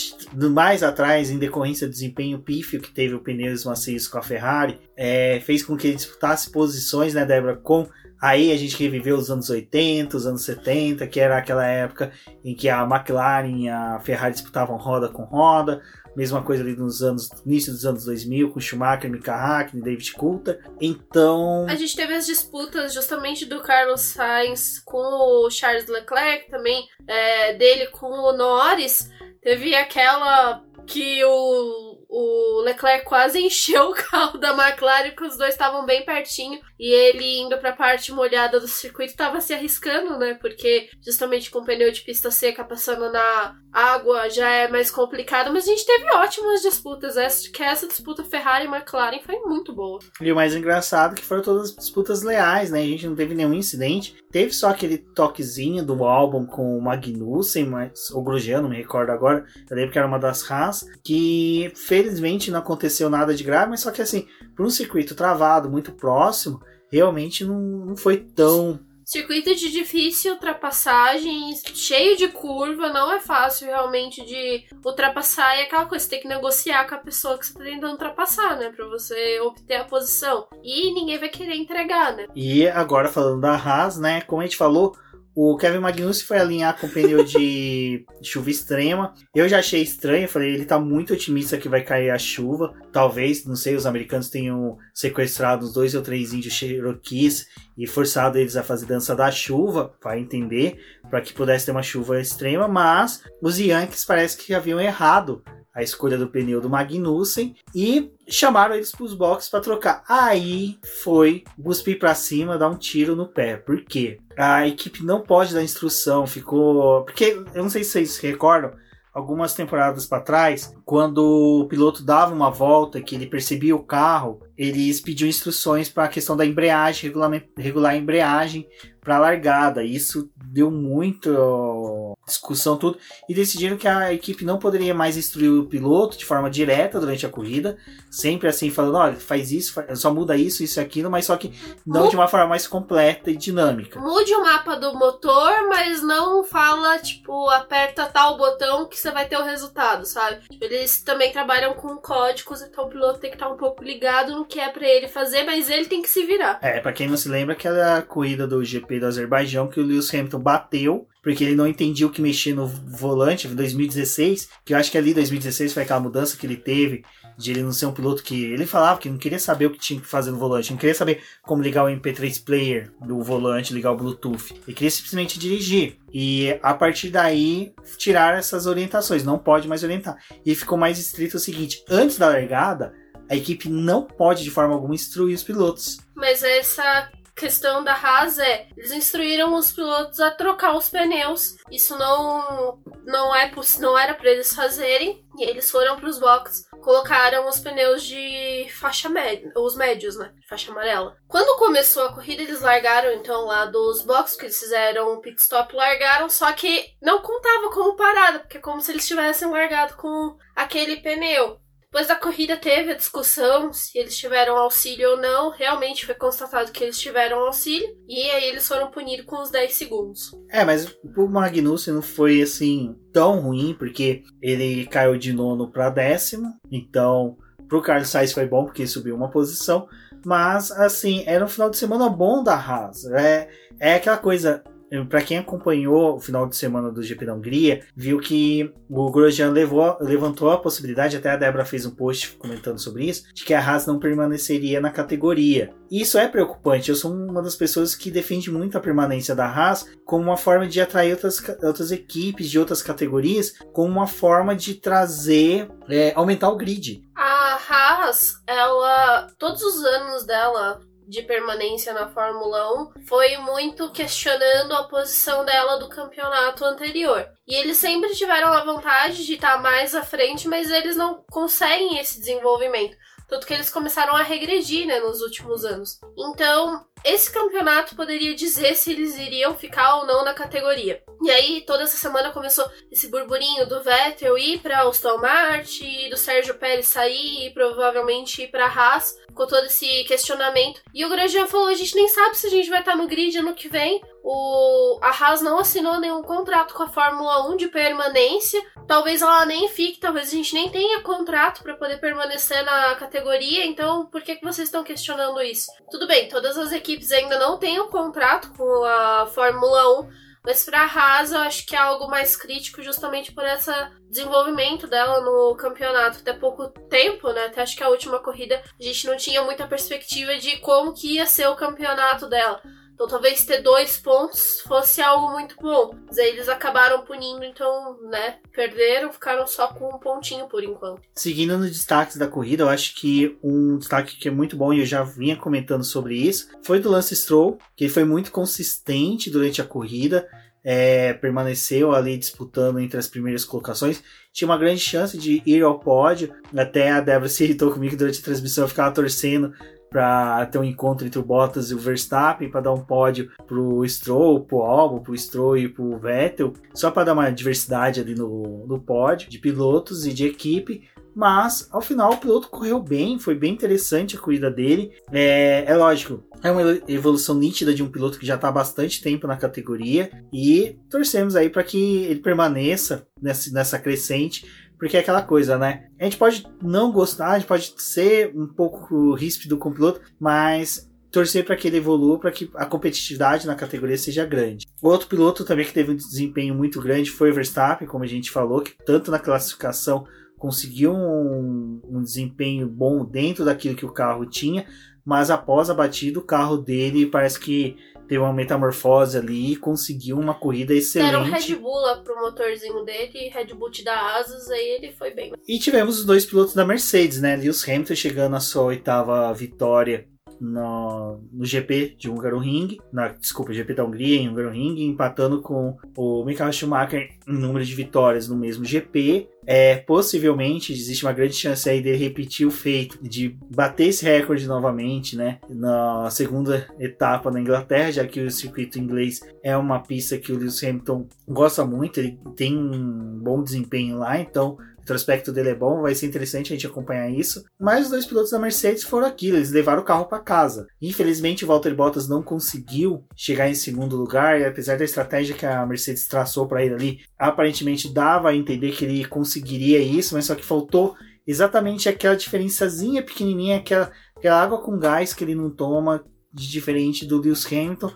mais atrás, em decorrência do desempenho pífio que teve o pneus macios com a Ferrari, é, fez com que ele disputasse posições, né, Débora, com... Aí a gente reviveu os anos oitenta, os anos setenta, que era aquela época em que a McLaren e a Ferrari disputavam roda com roda. Mesma coisa ali nos anos, início dos anos dois mil, com Schumacher, Mika Hakkinen, David Coulthard. Então... A gente teve as disputas justamente do Carlos Sainz com o Charles Leclerc, também é, dele com o Norris. Teve aquela que o, o Leclerc quase encheu o carro da McLaren, que os dois estavam bem pertinho, e ele indo para a parte molhada do circuito estava se arriscando, né? Porque justamente com o pneu de pista seca passando na água já é mais complicado, mas a gente teve ótimas disputas. Essa, que essa disputa Ferrari e McLaren foi muito boa. E o mais engraçado é que foram todas disputas leais, né? A gente não teve nenhum incidente. Teve só aquele toquezinho do álbum com o Magnussen, mas o Grosjean, não me recordo agora. Eu lembro que era uma das Haas, que felizmente não aconteceu nada de grave, mas só que assim, por um circuito travado, muito próximo, realmente não, não foi tão... Circuito de difícil ultrapassagem, cheio de curva, não é fácil realmente de ultrapassar. E é aquela coisa, você tem que negociar com a pessoa que você tá tentando ultrapassar, né? Pra você obter a posição. E ninguém vai querer entregar, né? E agora falando da Haas, né? Como a gente falou, o Kevin Magnussen foi alinhar com o pneu de chuva extrema. Eu já achei estranho, falei, ele tá muito otimista que vai cair a chuva. Talvez, não sei, os americanos tenham sequestrado uns dois ou três índios Cherokees e forçado eles a fazer dança da chuva, para entender, para que pudesse ter uma chuva extrema. Mas os Yankees parece que haviam errado a escolha do pneu do Magnussen e chamaram eles para os boxes para trocar. Aí foi cuspir para cima, dar um tiro no pé. Por quê? A equipe não pode dar instrução, ficou... Porque, eu não sei se vocês se recordam, algumas temporadas para trás, quando o piloto dava uma volta, que ele percebia o carro, eles pediam instruções para a questão da embreagem, regular, regular a embreagem para a largada. Isso deu muito discussão, tudo, e decidiram que a equipe não poderia mais instruir o piloto de forma direta durante a corrida, sempre assim, falando, olha, faz isso, faz, só muda isso, isso e aquilo, mas só que não de uma forma mais completa e dinâmica. Mude o mapa do motor, mas não fala, tipo, aperta tal botão que você vai ter o resultado, sabe? Tipo, eles também trabalham com códigos, então o piloto tem que estar um pouco ligado no que é pra ele fazer, mas ele tem que se virar. É, pra quem não se lembra, aquela corrida do G P do Azerbaijão que o Lewis Hamilton bateu, porque ele não entendia o que mexia no volante em dois mil e dezesseis, que eu acho que ali em dois mil e dezesseis foi aquela mudança que ele teve, de ele não ser um piloto que... Ele falava que não queria saber o que tinha que fazer no volante, não queria saber como ligar o M P três player do volante, ligar o Bluetooth. Ele queria simplesmente dirigir. E a partir daí, tirar essas orientações, não pode mais orientar. E ficou mais estrito o seguinte, antes da largada, a equipe não pode de forma alguma instruir os pilotos. Mas essa questão da Haas é, eles instruíram os pilotos a trocar os pneus. Isso não, não, é, não era para eles fazerem. E eles foram para os boxes, colocaram os pneus de faixa média, os médios, né? De faixa amarela. Quando começou a corrida, eles largaram então lá dos boxes, que eles fizeram um pit stop, largaram, só que não contava como parada, porque é como se eles tivessem largado com aquele pneu. Depois da corrida teve a discussão se eles tiveram auxílio ou não. Realmente foi constatado que eles tiveram auxílio. E aí eles foram punidos com os dez segundos. É, mas o Magnussen não foi assim tão ruim, porque ele caiu de nono para décimo. Então, pro Carlos Sainz foi bom, porque ele subiu uma posição. Mas, assim, era um final de semana bom da Haas. É, é aquela coisa... Para quem acompanhou o final de semana do G P da Hungria, viu que o Grosjean levou, levantou a possibilidade, até a Débora fez um post comentando sobre isso, de que a Haas não permaneceria na categoria. E isso é preocupante. Eu sou uma das pessoas que defende muito a permanência da Haas como uma forma de atrair outras, outras equipes de outras categorias, como uma forma de trazer, é, aumentar o grid. A Haas, ela, todos os anos dela de permanência na Fórmula um, foi muito questionando a posição dela do campeonato anterior. E eles sempre tiveram a vontade de estar mais à frente, mas eles não conseguem esse desenvolvimento. Tanto que eles começaram a regredir, né, nos últimos anos. Então, esse campeonato poderia dizer se eles iriam ficar ou não na categoria. E aí, toda essa semana começou esse burburinho do Vettel ir para Aston Martin, do Sérgio Pérez sair e provavelmente ir para Haas. Ficou todo esse questionamento. E o Grosjean falou, a gente nem sabe se a gente vai estar no grid ano que vem. O, a Haas não assinou nenhum contrato com a Fórmula um de permanência. Talvez ela nem fique, talvez a gente nem tenha contrato para poder permanecer na categoria. Então, por que, que vocês estão questionando isso? Tudo bem, todas as equipes ainda não têm um contrato com a Fórmula um. Mas para a Haas eu acho que é algo mais crítico justamente por esse desenvolvimento dela no campeonato. Até pouco tempo, né? Até acho que a última corrida a gente não tinha muita perspectiva de como que ia ser o campeonato dela. Então talvez ter dois pontos fosse algo muito bom. Mas aí eles acabaram punindo, então, né, perderam, ficaram só com um pontinho por enquanto. Seguindo nos destaques da corrida, eu acho que um destaque que é muito bom, e eu já vinha comentando sobre isso, foi do Lance Stroll, que ele foi muito consistente durante a corrida. é, permaneceu ali disputando entre as primeiras colocações, tinha uma grande chance de ir ao pódio. Até a Débora se irritou comigo durante a transmissão, eu ficava torcendo para ter um encontro entre o Bottas e o Verstappen, para dar um pódio pro Stroll, pro Albon, pro Stroll e pro Vettel, só para dar uma diversidade ali no, no pódio de pilotos e de equipe. Mas, ao final, o piloto correu bem, foi bem interessante a corrida dele. É, é lógico, é uma evolução nítida de um piloto que já está há bastante tempo na categoria. E torcemos aí para que ele permaneça nessa, nessa crescente, porque é aquela coisa, né? A gente pode não gostar, a gente pode ser um pouco ríspido com o piloto, mas torcer para que ele evolua, para que a competitividade na categoria seja grande. Outro piloto também que teve um desempenho muito grande foi o Verstappen, como a gente falou, que tanto na classificação conseguiu um, um desempenho bom dentro daquilo que o carro tinha, mas após a batida, o carro dele parece que teve uma metamorfose ali e conseguiu uma corrida excelente. Deram um Red Bull lá pro motorzinho dele, e Red Bull te dá asas, aí ele foi bem. E tivemos os dois pilotos da Mercedes, né? Lewis Hamilton chegando à sua oitava vitória no, no G P de Hungaroring, na, desculpa, G P da Hungria em Hungaroring, empatando com o Michael Schumacher em número de vitórias no mesmo G P. É, possivelmente existe uma grande chance aí dele repetir o feito de bater esse recorde novamente, né, na segunda etapa na Inglaterra, já que o circuito inglês é uma pista que o Lewis Hamilton gosta muito, ele tem um bom desempenho lá, então o retrospecto dele é bom, vai ser interessante a gente acompanhar isso. Mas os dois pilotos da Mercedes foram aquilo, eles levaram o carro para casa. Infelizmente o Valtteri Bottas não conseguiu chegar em segundo lugar, e apesar da estratégia que a Mercedes traçou para ele ali, aparentemente dava a entender que ele conseguiria isso, mas só que faltou exatamente aquela diferençazinha pequenininha, aquela, aquela água com gás que ele não toma, de diferente do Lewis Hamilton,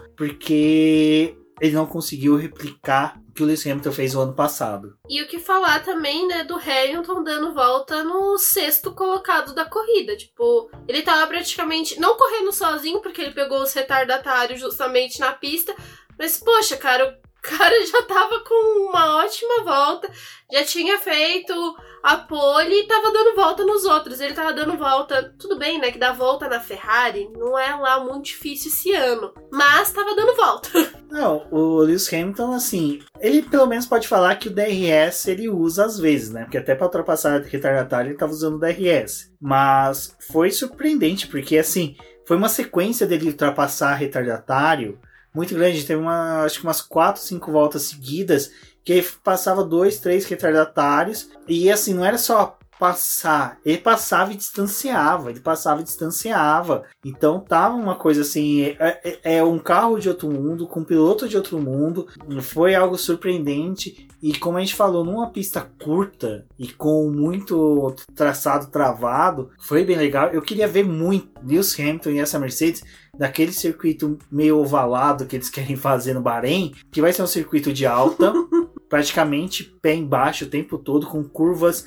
porque ele não conseguiu replicar o que o Lewis Hamilton fez o ano passado. E o que falar também, né, do Hamilton dando volta no sexto colocado da corrida. Tipo, ele tava praticamente não correndo sozinho, porque ele pegou os retardatários justamente na pista. Mas, poxa, cara, o cara já tava com uma ótima volta, já tinha feito a pole e tava dando volta nos outros. Ele tava dando volta, tudo bem, né, que dar volta na Ferrari não é lá muito difícil esse ano, mas tava dando volta. Não, o Lewis Hamilton, assim, ele pelo menos pode falar que o D R S ele usa às vezes, né, porque até pra ultrapassar retardatário ele tava usando o D R S. Mas foi surpreendente, porque assim, foi uma sequência dele ultrapassar retardatário muito grande, teve uma, acho que umas quatro, cinco voltas seguidas, que ele passava dois, três retardatários, e assim, não era só passar, ele passava e distanciava, ele passava e distanciava, então tava uma coisa assim, é, é um carro de outro mundo, com um piloto de outro mundo, foi algo surpreendente, e como a gente falou, numa pista curta, e com muito traçado travado, foi bem legal. Eu queria ver muito Lewis Hamilton e essa Mercedes daquele circuito meio ovalado que eles querem fazer no Bahrein, que vai ser um circuito de alta, praticamente pé embaixo o tempo todo, com curvas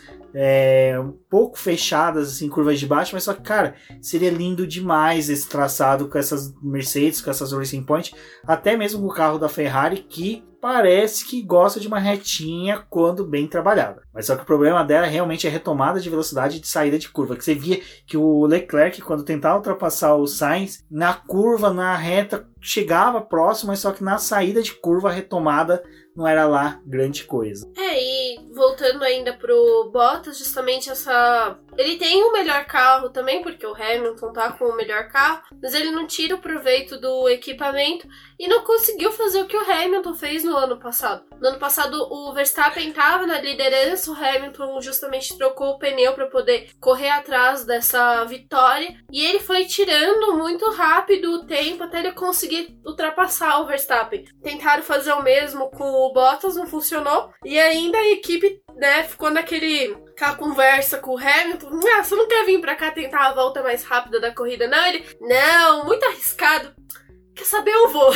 é, um pouco fechadas, assim, curvas de baixo, mas só que, cara, seria lindo demais esse traçado com essas Mercedes, com essas Racing Point, até mesmo com o carro da Ferrari, que parece que gosta de uma retinha quando bem trabalhada. Mas só que o problema dela realmente é a retomada de velocidade de saída de curva, que você via que o Leclerc, quando tentava ultrapassar o Sainz, na curva, na reta, chegava próximo, mas só que na saída de curva, a retomada não era lá grande coisa. É, e voltando ainda pro Bottas, justamente essa... Ele tem o melhor carro também, porque o Hamilton tá com o melhor carro, mas ele não tira o proveito do equipamento e não conseguiu fazer o que o Hamilton fez no ano passado. No ano passado, o Verstappen estava na liderança, o Hamilton justamente trocou o pneu para poder correr atrás dessa vitória, e ele foi tirando muito rápido o tempo até ele conseguir ultrapassar o Verstappen. Tentaram fazer o mesmo com o Bottas, não funcionou, e ainda a equipe, né, ficou naquele... aquela conversa com o Hamilton, ah, você não quer vir pra cá tentar a volta mais rápida da corrida, não? Ele, não, muito arriscado. Quer saber, eu vou.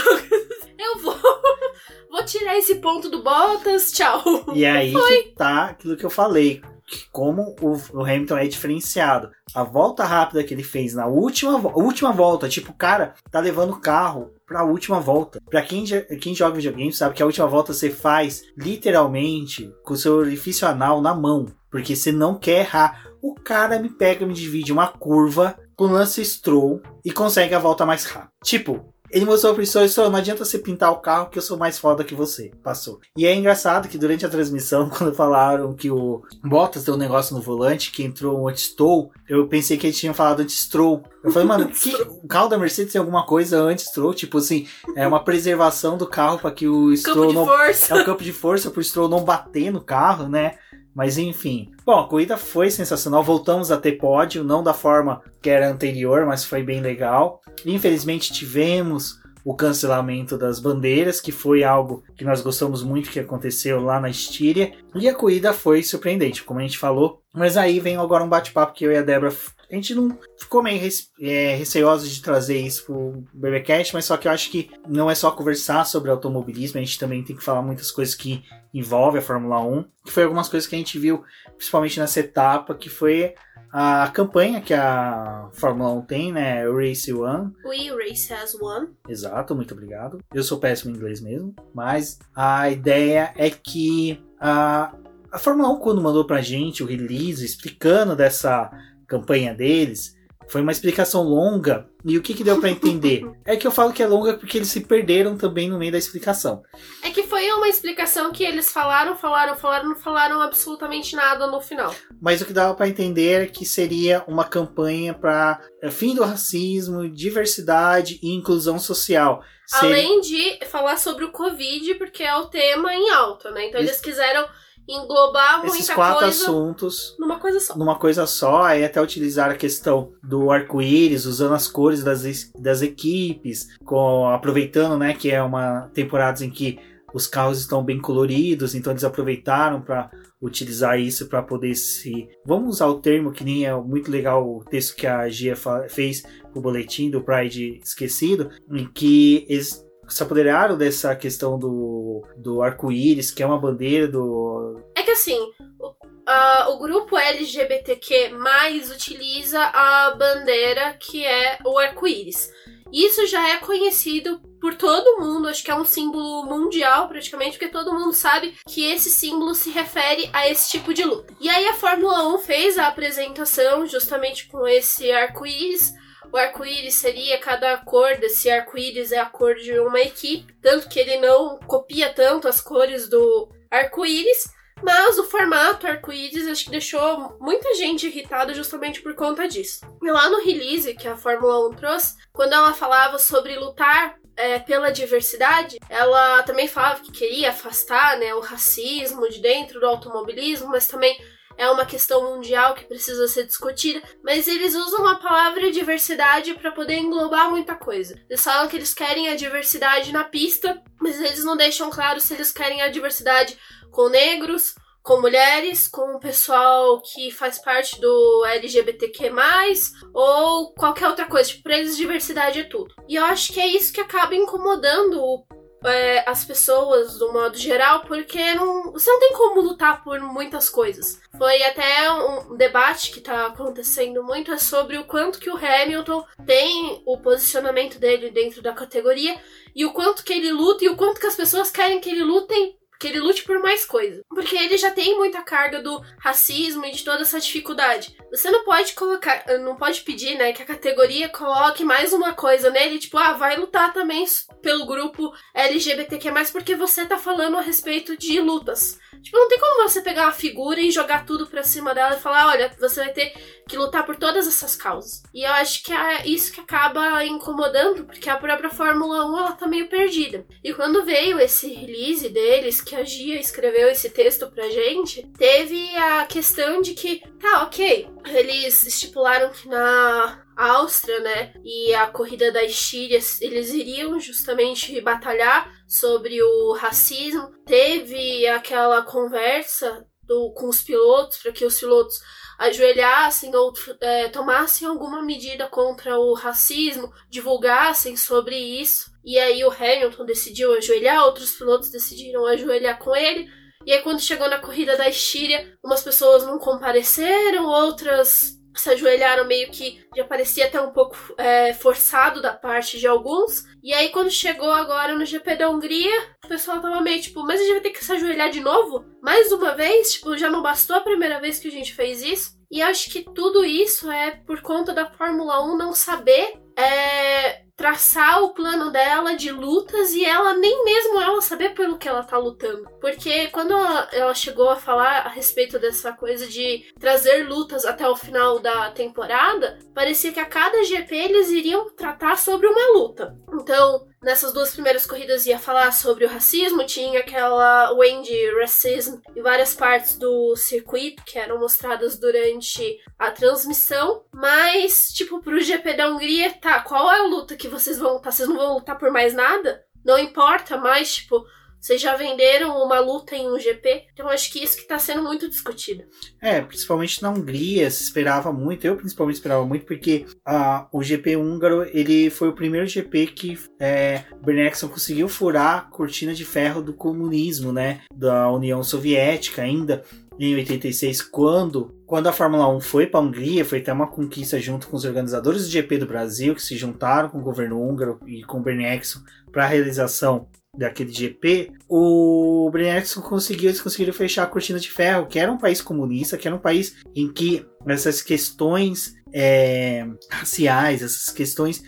Eu vou. Vou tirar esse ponto do Bottas, tchau. E aí que tá aquilo que eu falei, que como o, o Hamilton é diferenciado. A volta rápida que ele fez na última, última volta, tipo, o cara tá levando o carro pra última volta. Pra quem, quem joga videogame sabe que a última volta você faz literalmente com o seu orifício anal na mão, porque você não quer errar. O cara me pega, me divide uma curva com Lance Stroll e consegue a volta mais rápida. Tipo, Ele mostrou pro Stroll e falou, não adianta você pintar o carro que eu sou mais foda que você. Passou. E é engraçado que durante a transmissão, quando falaram que o Bottas deu um negócio no volante, que entrou um anti-Stroll, eu pensei que eles tinham falado anti-Stroll. Eu falei, mano, que, o carro da Mercedes tem alguma coisa anti-Stroll? Tipo assim, é uma preservação do carro para que o Stroll não... Força. É um campo de força pro Stroll não bater no carro, né? Mas enfim. Bom, a corrida foi sensacional. Voltamos a ter pódio, não da forma que era anterior, mas foi bem legal. Infelizmente tivemos o cancelamento das bandeiras, que foi algo que nós gostamos muito que aconteceu lá na Estíria. E a corrida foi surpreendente, como a gente falou. Mas aí vem agora um bate-papo que eu e a Débora... A gente não ficou meio rece- é, receosos de trazer isso pro BBcast, mas só que eu acho que não é só conversar sobre automobilismo, a gente também tem que falar muitas coisas que envolvem a Fórmula um, que foi algumas coisas que a gente viu, principalmente nessa etapa, que foi a campanha que a Fórmula um tem, né, Race One. We Race As One. Exato, muito obrigado. Eu sou péssimo em inglês mesmo, mas a ideia é que a, a Fórmula um, quando mandou pra gente o release explicando dessa campanha deles, foi uma explicação longa, e o que que deu pra entender? É que eu falo que é longa porque eles se perderam também no meio da explicação. É que foi uma explicação que eles falaram, falaram, falaram, não falaram absolutamente nada no final. Mas o que dava pra entender é que seria uma campanha para fim do racismo, diversidade e inclusão social. Seria... Além de falar sobre o Covid, porque é o tema em alta, né? Então eles quiseram englobar muita esses quatro coisa assuntos numa coisa só. Numa coisa só, aí até utilizar a questão do arco-íris, usando as cores das, das equipes, com, aproveitando, né, que é uma temporada em que os carros estão bem coloridos, então eles aproveitaram para utilizar isso para poder se... Vamos usar o termo que nem é muito legal o texto que a Gia fez o boletim do Pride Esquecido, em que eles se apoderaram dessa questão do, do arco-íris, que é uma bandeira do... É que assim, o, uh, o grupo L G B T Q mais utiliza a bandeira que é o arco-íris. Isso já é conhecido por todo mundo, acho que é um símbolo mundial praticamente, porque todo mundo sabe que esse símbolo se refere a esse tipo de luta. E aí a Fórmula um fez a apresentação justamente com esse arco-íris. O arco-íris seria, cada cor desse arco-íris é a cor de uma equipe, tanto que ele não copia tanto as cores do arco-íris, mas o formato arco-íris acho que deixou muita gente irritada justamente por conta disso. E lá no release que a Fórmula um trouxe, quando ela falava sobre lutar é, pela diversidade, ela também falava que queria afastar, né, o racismo de dentro do automobilismo, mas também é uma questão mundial que precisa ser discutida, mas eles usam a palavra diversidade para poder englobar muita coisa. Eles falam que eles querem a diversidade na pista, mas eles não deixam claro se eles querem a diversidade com negros, com mulheres, com o pessoal que faz parte do L G B T Q mais, ou qualquer outra coisa. Tipo, pra eles diversidade é tudo. E eu acho que é isso que acaba incomodando o É, as pessoas do modo geral, porque não, você não tem como lutar por muitas coisas. Foi até um debate que tá acontecendo muito é sobre o quanto que o Hamilton tem o posicionamento dele dentro da categoria e o quanto que ele luta e o quanto que as pessoas querem que ele lutem que ele lute por mais coisa. Porque ele já tem muita carga do racismo e de toda essa dificuldade. Você não pode colocar, não pode pedir, né, que a categoria coloque mais uma coisa nele, tipo, ah, vai lutar também pelo grupo L G B T Q mais, porque você tá falando a respeito de lutas. Tipo, não tem como você pegar uma figura e jogar tudo pra cima dela e falar, olha, você vai ter que lutar por todas essas causas. E eu acho que é isso que acaba incomodando, porque a própria Fórmula um, ela tá meio perdida. E quando veio esse release deles, que a Gia escreveu esse texto pra gente, teve a questão de que, tá, ok, eles estipularam que na Áustria, né, e a corrida da Estíria, eles iriam justamente batalhar sobre o racismo. Teve aquela conversa do, com os pilotos, para que os pilotos ajoelhassem ou é, tomassem alguma medida contra o racismo, divulgassem sobre isso. E aí o Hamilton decidiu ajoelhar, outros pilotos decidiram ajoelhar com ele. E aí quando chegou na corrida da Estíria, umas pessoas não compareceram, outras se ajoelharam meio que já parecia até um pouco é, forçado da parte de alguns. E aí quando chegou agora no G P da Hungria, o pessoal tava meio tipo, mas a gente vai ter que se ajoelhar de novo? Mais uma vez? Tipo, já não bastou a primeira vez que a gente fez isso? E acho que tudo isso é por conta da Fórmula um não saber é, traçar o plano dela de lutas e ela nem mesmo ela saber pelo que ela tá lutando. Porque quando ela, ela chegou a falar a respeito dessa coisa de trazer lutas até o final da temporada, parecia que a cada G P eles iriam tratar sobre uma luta. Então, nessas duas primeiras corridas ia falar sobre o racismo, tinha aquela Wendy Racism em várias partes do circuito que eram mostradas durante a transmissão, mas, tipo, pro G P da Hungria, tá, qual é a luta que vocês vão lutar? Vocês não vão lutar por mais nada? Não importa mais, tipo, vocês já venderam uma luta em um G P? Então acho que isso que tá sendo muito discutido. É, principalmente na Hungria se esperava muito, eu principalmente esperava muito, porque ah, o G P húngaro, ele foi o primeiro G P que é, o Bernie Ecclestone conseguiu furar a cortina de ferro do comunismo, né, da União Soviética ainda, em oitenta e seis, quando, quando a Fórmula um foi para a Hungria, foi até uma conquista junto com os organizadores do G P do Brasil, que se juntaram com o governo húngaro e com o Bernie Ecclestone para a realização daquele G P, o Bernie Ecclestone conseguiu, eles conseguiram fechar a cortina de ferro, que era um país comunista, que era um país em que essas questões é, raciais, essas questões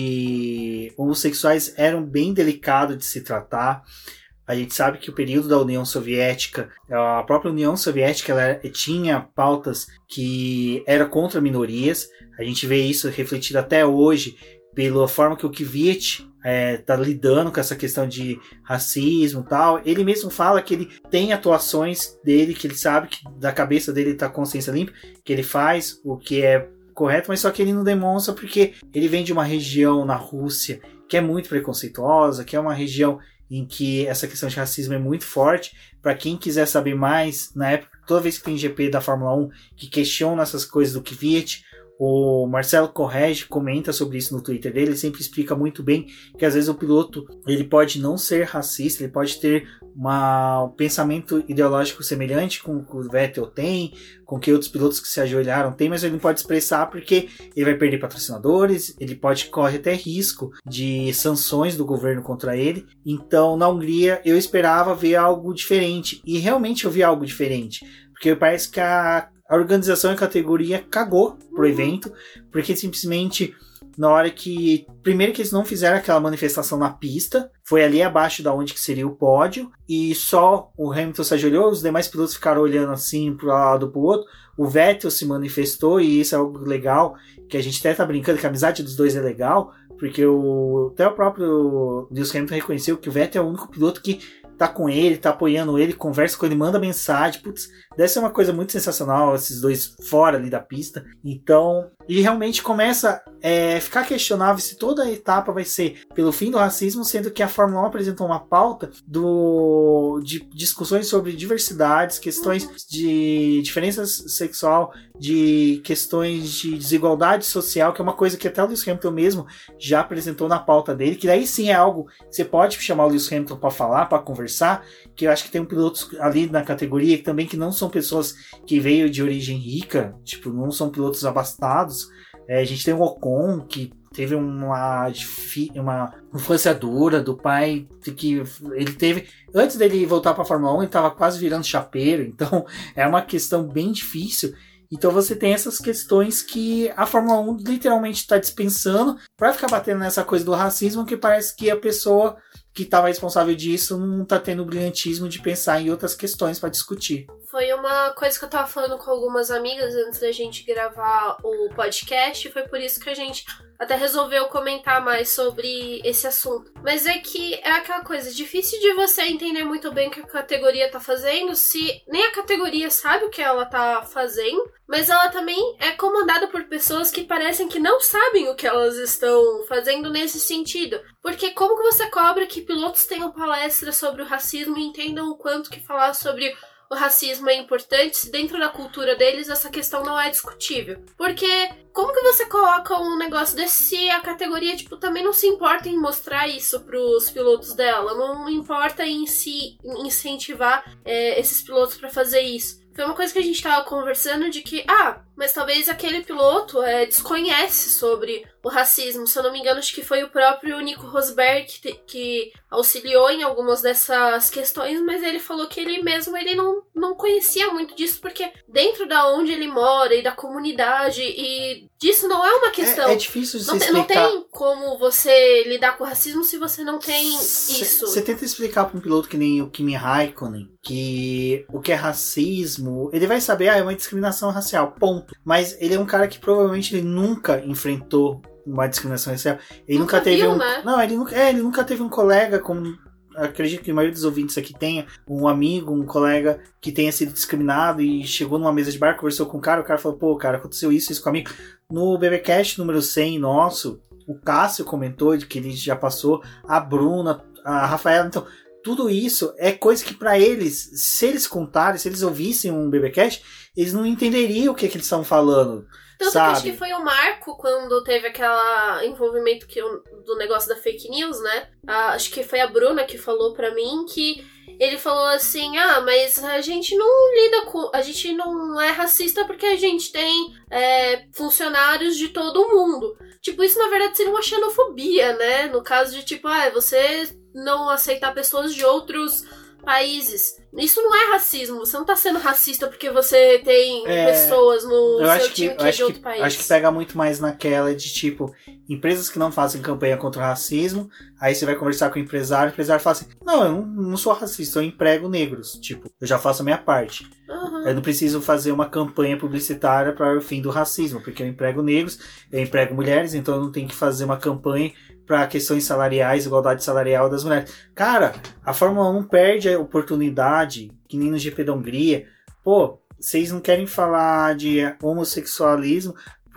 de homossexuais eram bem delicadas de se tratar. A gente sabe que o período da União Soviética, a própria União Soviética, ela tinha pautas que eram contra minorias. A gente vê isso refletido até hoje pela forma que o Kvyat está é, lidando com essa questão de racismo e tal. Ele mesmo fala que ele tem atuações dele, que ele sabe que da cabeça dele está consciência limpa, que ele faz o que é correto, mas só que ele não demonstra porque ele vem de uma região na Rússia que é muito preconceituosa, que é uma região em que essa questão de racismo é muito forte. Para quem quiser saber mais, na época, toda vez que tem G P da Fórmula um que questiona essas coisas do Kvyat, o Marcelo Correge comenta sobre isso no Twitter dele, ele sempre explica muito bem que às vezes o piloto ele pode não ser racista, ele pode ter uma, um pensamento ideológico semelhante com o que o Vettel tem, com que outros pilotos que se ajoelharam têm, mas ele não pode expressar porque ele vai perder patrocinadores, ele pode correr até risco de sanções do governo contra ele. Então na Hungria eu esperava ver algo diferente, e realmente eu vi algo diferente, porque parece que a A organização e a categoria cagou pro evento, porque simplesmente na hora que... Primeiro que eles não fizeram aquela manifestação na pista, foi ali abaixo da onde que seria o pódio, e só o Hamilton se ajoelhou, os demais pilotos ficaram olhando assim pro lado pro outro. O Vettel se manifestou, e isso é algo legal, que a gente até tá brincando que a amizade dos dois é legal, porque o, até o próprio Lewis Hamilton reconheceu que o Vettel é o único piloto que tá com ele, tá apoiando ele, conversa com ele, manda mensagem. Putz, deve ser uma coisa muito sensacional esses dois fora ali da pista. Então, e realmente começa a é, ficar questionável se toda a etapa vai ser pelo fim do racismo, sendo que a Fórmula um apresentou uma pauta do, de discussões sobre diversidades, questões de diferença sexual, de questões de desigualdade social, que é uma coisa que até o Lewis Hamilton mesmo já apresentou na pauta dele, que daí sim é algo que você pode chamar o Lewis Hamilton para falar, para conversar, que eu acho que tem um pilotos ali na categoria também que não são pessoas que veio de origem rica, tipo, não são pilotos abastados. É, a gente tem o Ocon, que teve uma, uma infância dura do pai, que ele teve, antes dele voltar para a Fórmula um, ele estava quase virando chapeiro, então é uma questão bem difícil. Então você tem essas questões que a Fórmula um literalmente está dispensando para ficar batendo nessa coisa do racismo, que parece que a pessoa que estava responsável disso não está tendo o brilhantismo de pensar em outras questões para discutir. Foi uma coisa que eu tava falando com algumas amigas antes da gente gravar o podcast, e foi por isso que a gente até resolveu comentar mais sobre esse assunto. Mas é que é aquela coisa, difícil de você entender muito bem o que a categoria tá fazendo, se nem a categoria sabe o que ela tá fazendo, mas ela também é comandada por pessoas que parecem que não sabem o que elas estão fazendo nesse sentido. Porque como que você cobra que pilotos tenham palestras sobre o racismo e entendam o quanto que falar sobre o racismo é importante se dentro da cultura deles essa questão não é discutível? Porque como que você coloca um negócio desse se a categoria tipo, também não se importa em mostrar isso pros pilotos dela? Não importa em se incentivar é, esses pilotos para fazer isso? Foi uma coisa que a gente tava conversando de que, ah, mas talvez aquele piloto é, desconhece sobre o racismo. Se eu não me engano, acho que foi o próprio Nico Rosberg que, que auxiliou em algumas dessas questões, mas ele falou que ele mesmo ele não, não conhecia muito disso, porque dentro da onde ele mora e da comunidade, e disso não é uma questão. É, é difícil de se não, explicar. Não tem como você lidar com o racismo se você não tem isso. Você tenta explicar para um piloto que nem o Kimi Raikkonen que o que é racismo, ele vai saber, ah, é uma discriminação racial, ponto. Mas ele é um cara que provavelmente ele nunca enfrentou uma discriminação racial. Ele nunca, nunca teve viu, um, né? não, ele nunca, é, ele nunca teve um colega como acredito que a maioria dos ouvintes aqui tenha um amigo, um colega que tenha sido discriminado e chegou numa mesa de bar, conversou com o cara, o cara falou, pô, cara, aconteceu isso, isso comigo. No BBcast número cem nosso, o Cássio comentou de que ele já passou, a Bruna, a Rafaela, então tudo isso é coisa que pra eles, se eles contarem, se eles ouvissem um BBcast, eles não entenderiam o que, é que eles estavam falando. Tanto sabe? que acho que foi o Marco quando teve aquele envolvimento que eu, do negócio da fake news, né? Ah, acho que foi a Bruna que falou pra mim que ele falou assim, ah, mas a gente não lida com... A gente não é racista porque a gente tem é, funcionários de todo mundo. Tipo, isso na verdade seria uma xenofobia, né? No caso de tipo, ah, você não aceitar pessoas de outros países. Isso não é racismo. Você não tá sendo racista porque você tem é, pessoas no seu time que, que é de outro que, país. Acho que pega muito mais naquela de tipo, empresas que não fazem campanha contra o racismo, aí você vai conversar com o empresário, o empresário fala assim, não, eu não, não sou racista, eu emprego negros. Tipo, eu já faço a minha parte. Uhum. Eu não preciso fazer uma campanha publicitária para o fim do racismo, porque eu emprego negros, eu emprego mulheres, então eu não tenho que fazer uma campanha para questões salariais, igualdade salarial das mulheres. Cara, a Fórmula um perde a oportunidade, que nem no G P da Hungria. Pô, vocês não querem falar de homossexualismo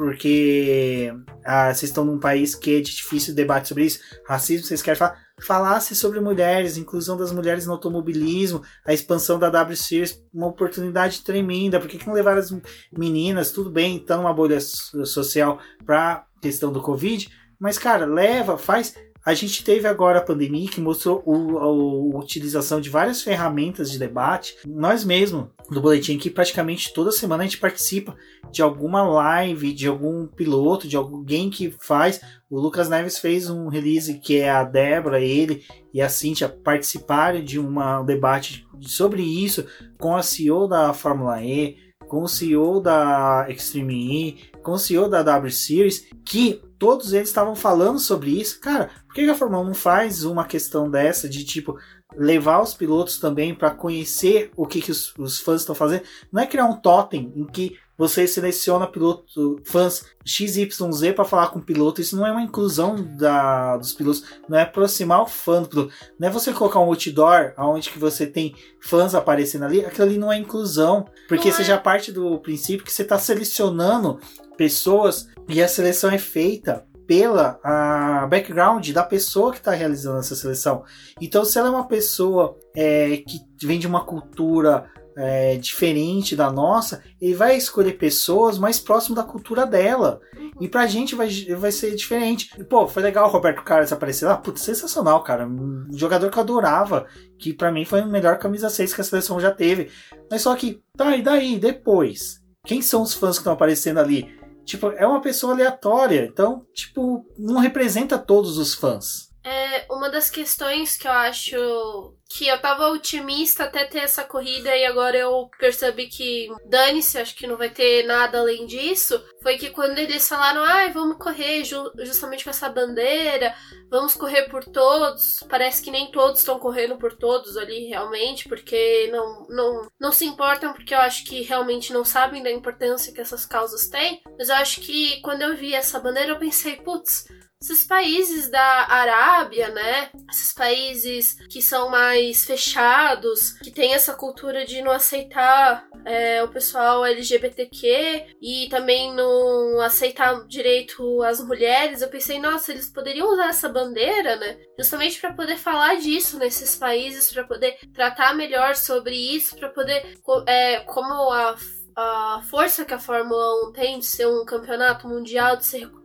porque ah, vocês estão num país que é de difícil debate sobre isso. Racismo, vocês querem falar? Falasse sobre mulheres, inclusão das mulheres no automobilismo, a expansão da W Series, uma oportunidade tremenda. Por que, que não levaram as meninas? Tudo bem, estão numa bolha social para questão do Covid, mas, cara, leva, faz... A gente teve agora a pandemia que mostrou o, a, a utilização de várias ferramentas de debate. Nós mesmos, do Boletim, que praticamente toda semana a gente participa de alguma live, de algum piloto, de alguém que faz. O Lucas Neves fez um release que é a Débora, ele e a Cíntia participarem de uma, um debate sobre isso com a C E O da Fórmula E, com o C E O da Extreme E, com o C E O da W Series, que todos eles estavam falando sobre isso. Cara, por que a Fórmula um não faz uma questão dessa de tipo levar os pilotos também para conhecer o que, que os, os fãs estão fazendo? Não é criar um totem em que você seleciona piloto, fãs X Y Z para falar com o piloto. Isso não é uma inclusão da, dos pilotos, não é aproximar o fã do piloto. Não é você colocar um outdoor onde que você tem fãs aparecendo ali. Aquilo ali não é inclusão, porque não você é. já parte do princípio que você está selecionando pessoas e a seleção é feita pela a background da pessoa que está realizando essa seleção. Então, se ela é uma pessoa é, que vem de uma cultura é, diferente da nossa, ele vai escolher pessoas mais próximas da cultura dela. E pra gente vai, vai ser diferente. E, pô, foi legal o Roberto Carlos aparecer lá. Putz, sensacional, cara. Um jogador que eu adorava. Que pra mim foi a melhor camisa seis que a seleção já teve. Mas só que, tá, e daí? Depois? Quem são os fãs que estão aparecendo ali? Tipo, é uma pessoa aleatória. Então, tipo, não representa todos os fãs. É, uma das questões que eu acho que eu tava otimista até ter essa corrida e agora eu percebi que dane-se, acho que não vai ter nada além disso, foi que quando eles falaram, ai, ah, vamos correr ju- justamente com essa bandeira, vamos correr por todos, parece que nem todos estão correndo por todos ali realmente, porque não, não, não se importam, porque eu acho que realmente não sabem da importância que essas causas têm, mas eu acho que quando eu vi essa bandeira eu pensei, putz, esses países da Arábia, né? Esses países que são mais fechados, que tem essa cultura de não aceitar é, o pessoal L G B T Q e também não aceitar direito as mulheres. Eu pensei, nossa, eles poderiam usar essa bandeira, né? Justamente para poder falar disso nesses países, para poder tratar melhor sobre isso, para poder, é, como a a força que a Fórmula um tem de ser um campeonato mundial, de ser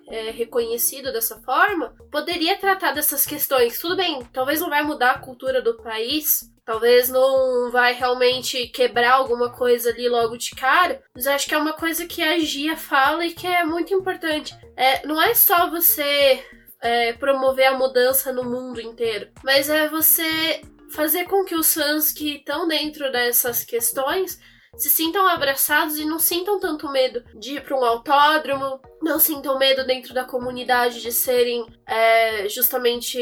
é, reconhecido dessa forma, poderia tratar dessas questões. Tudo bem, talvez não vai mudar a cultura do país, talvez não vai realmente quebrar alguma coisa ali logo de cara, mas acho que é uma coisa que a Gia fala e que é muito importante. É, não é só você é, promover a mudança no mundo inteiro, mas é você fazer com que os fãs que estão dentro dessas questões se sintam abraçados e não sintam tanto medo de ir para um autódromo, não sintam medo dentro da comunidade de serem é, justamente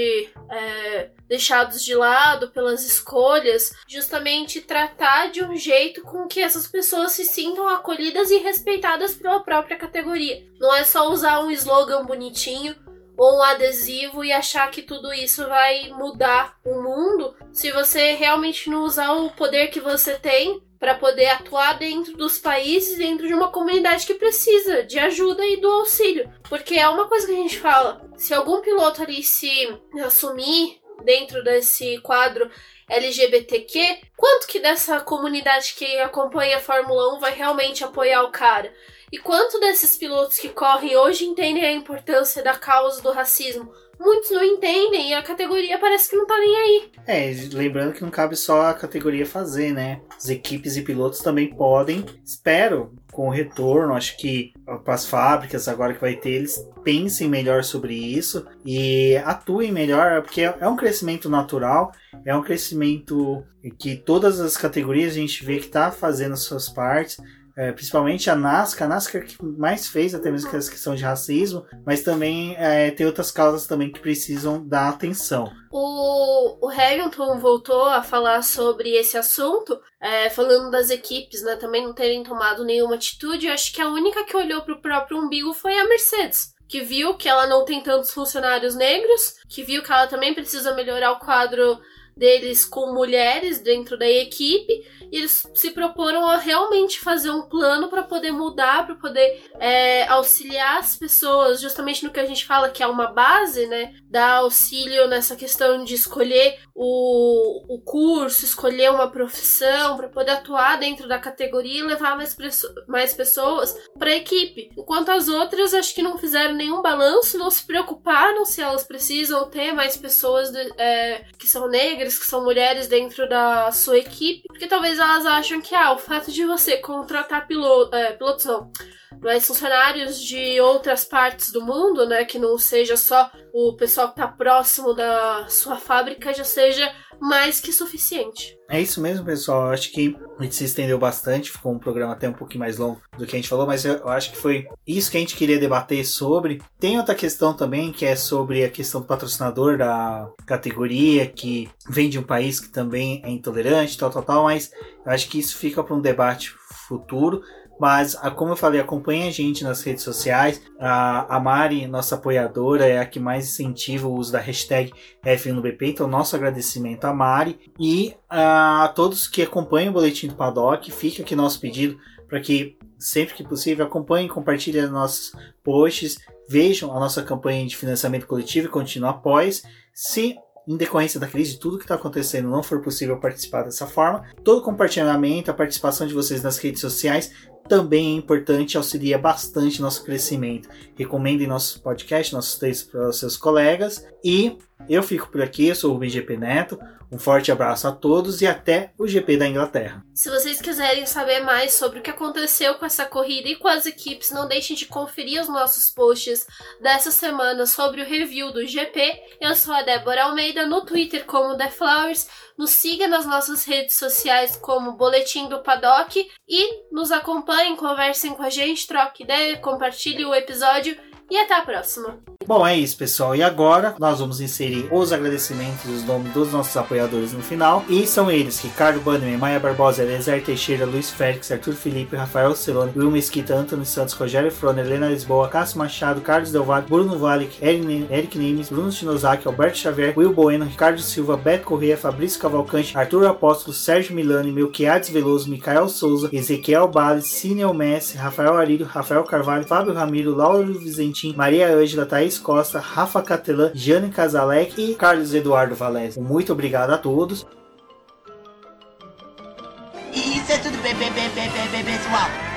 é, deixados de lado pelas escolhas, justamente tratar de um jeito com que essas pessoas se sintam acolhidas e respeitadas pela própria categoria. Não é só usar um slogan bonitinho ou um adesivo e achar que tudo isso vai mudar o mundo se você realmente não usar o poder que você tem para poder atuar dentro dos países, dentro de uma comunidade que precisa de ajuda e do auxílio. Porque é uma coisa que a gente fala, se algum piloto ali se assumir dentro desse quadro L G B T Q, quanto que dessa comunidade que acompanha a Fórmula um vai realmente apoiar o cara? E quanto desses pilotos que correm hoje entendem a importância da causa do racismo? Muitos não entendem e a categoria parece que não tá nem aí. É, lembrando que não cabe só a categoria fazer, né? As equipes e pilotos também podem, espero, com o retorno, acho que para as fábricas agora que vai ter, eles pensem melhor sobre isso e atuem melhor, porque é um crescimento natural, é um crescimento que todas as categorias a gente vê que tá fazendo suas partes. É, principalmente a NASCAR, a NASCAR que mais fez até mesmo com essa questão de racismo, mas também é, tem outras causas também que precisam dar atenção. O, o Hamilton voltou a falar sobre esse assunto, é, falando das equipes, né, também não terem tomado nenhuma atitude. Eu acho que a única que olhou para o próprio umbigo foi a Mercedes, que viu que ela não tem tantos funcionários negros, que viu que ela também precisa melhorar o quadro deles com mulheres dentro da equipe, e eles se proporam a realmente fazer um plano para poder mudar, para poder é, auxiliar as pessoas, justamente no que a gente fala que é uma base, né, dar auxílio nessa questão de escolher o, o curso, escolher uma profissão, para poder atuar dentro da categoria e levar mais, mais pessoas para a equipe. Enquanto as outras, acho que não fizeram nenhum balanço, não se preocuparam se elas precisam ter mais pessoas de, é, que são negras, que são mulheres dentro da sua equipe, porque talvez elas acham que ah, o fato de você contratar piloto, é, pilotos não, mas funcionários de outras partes do mundo, né, que não seja só o pessoal que está próximo da sua fábrica, já seja mais que suficiente. É isso mesmo, pessoal. Eu acho que a gente se estendeu bastante, ficou um programa até um pouquinho mais longo do que a gente falou, mas eu acho que foi isso que a gente queria debater sobre. Tem outra questão também, que é sobre a questão do patrocinador da categoria, que vem de um país que também é intolerante, tal, tal, tal, mas eu acho que isso fica para um debate futuro. Mas, como eu falei, acompanhe a gente nas redes sociais. A, a Mari, nossa apoiadora, é a que mais incentiva o uso da hashtag F um no B P. Então, nosso agradecimento a Mari. E a todos que acompanham o Boletim do Paddock, fica aqui nosso pedido para que, sempre que possível, acompanhem e compartilhem nossos posts. Vejam a nossa campanha de financiamento coletivo e continuem após. Se em decorrência da crise, tudo que está acontecendo não for possível participar dessa forma, todo o compartilhamento, a participação de vocês nas redes sociais também é importante, auxilia bastante nosso crescimento. Recomendem nosso podcast, nossos textos para os seus colegas. E eu fico por aqui, eu sou o G P Neto. Um forte abraço a todos e até o G P da Inglaterra. Se vocês quiserem saber mais sobre o que aconteceu com essa corrida e com as equipes, não deixem de conferir os nossos posts dessa semana sobre o review do G P. Eu sou a Débora Almeida, no Twitter como The Flowers. Nos siga nas nossas redes sociais como Boletim do Paddock e nos acompanhem, conversem com a gente, troquem ideia, compartilhem o episódio e até a próxima. Bom, é isso, pessoal. E agora nós vamos inserir os agradecimentos dos nomes dos nossos apoiadores no final. E são eles: Ricardo Bannerman, Maia Barbosa, Elezer Teixeira, Luiz Félix, Arthur Felipe, Rafael Celone, Will Mesquita, Antônio Santos, Rogério Froner, Helena Lisboa, Cássio Machado, Carlos Del Valle, Bruno Valic, Eric Nimes, Bruno Shinozaki, Alberto Xavier, Will Bueno, Ricardo Silva, Beto Correia, Fabrício Cavalcante, Arthur Apóstolo, Sérgio Milani, Melquiades Veloso, Micael Souza, Ezequiel Bales, Cineo Messi, Rafael Arílio, Rafael Carvalho, Fábio Ramiro, Lauro Vizentim, Maria Ângela, Thaís Costa, Rafa Catelã, Jane Casalec e Carlos Eduardo Valese. Muito obrigado a todos. Isso é tudo, bem, bem, bem, bem, bem, pessoal.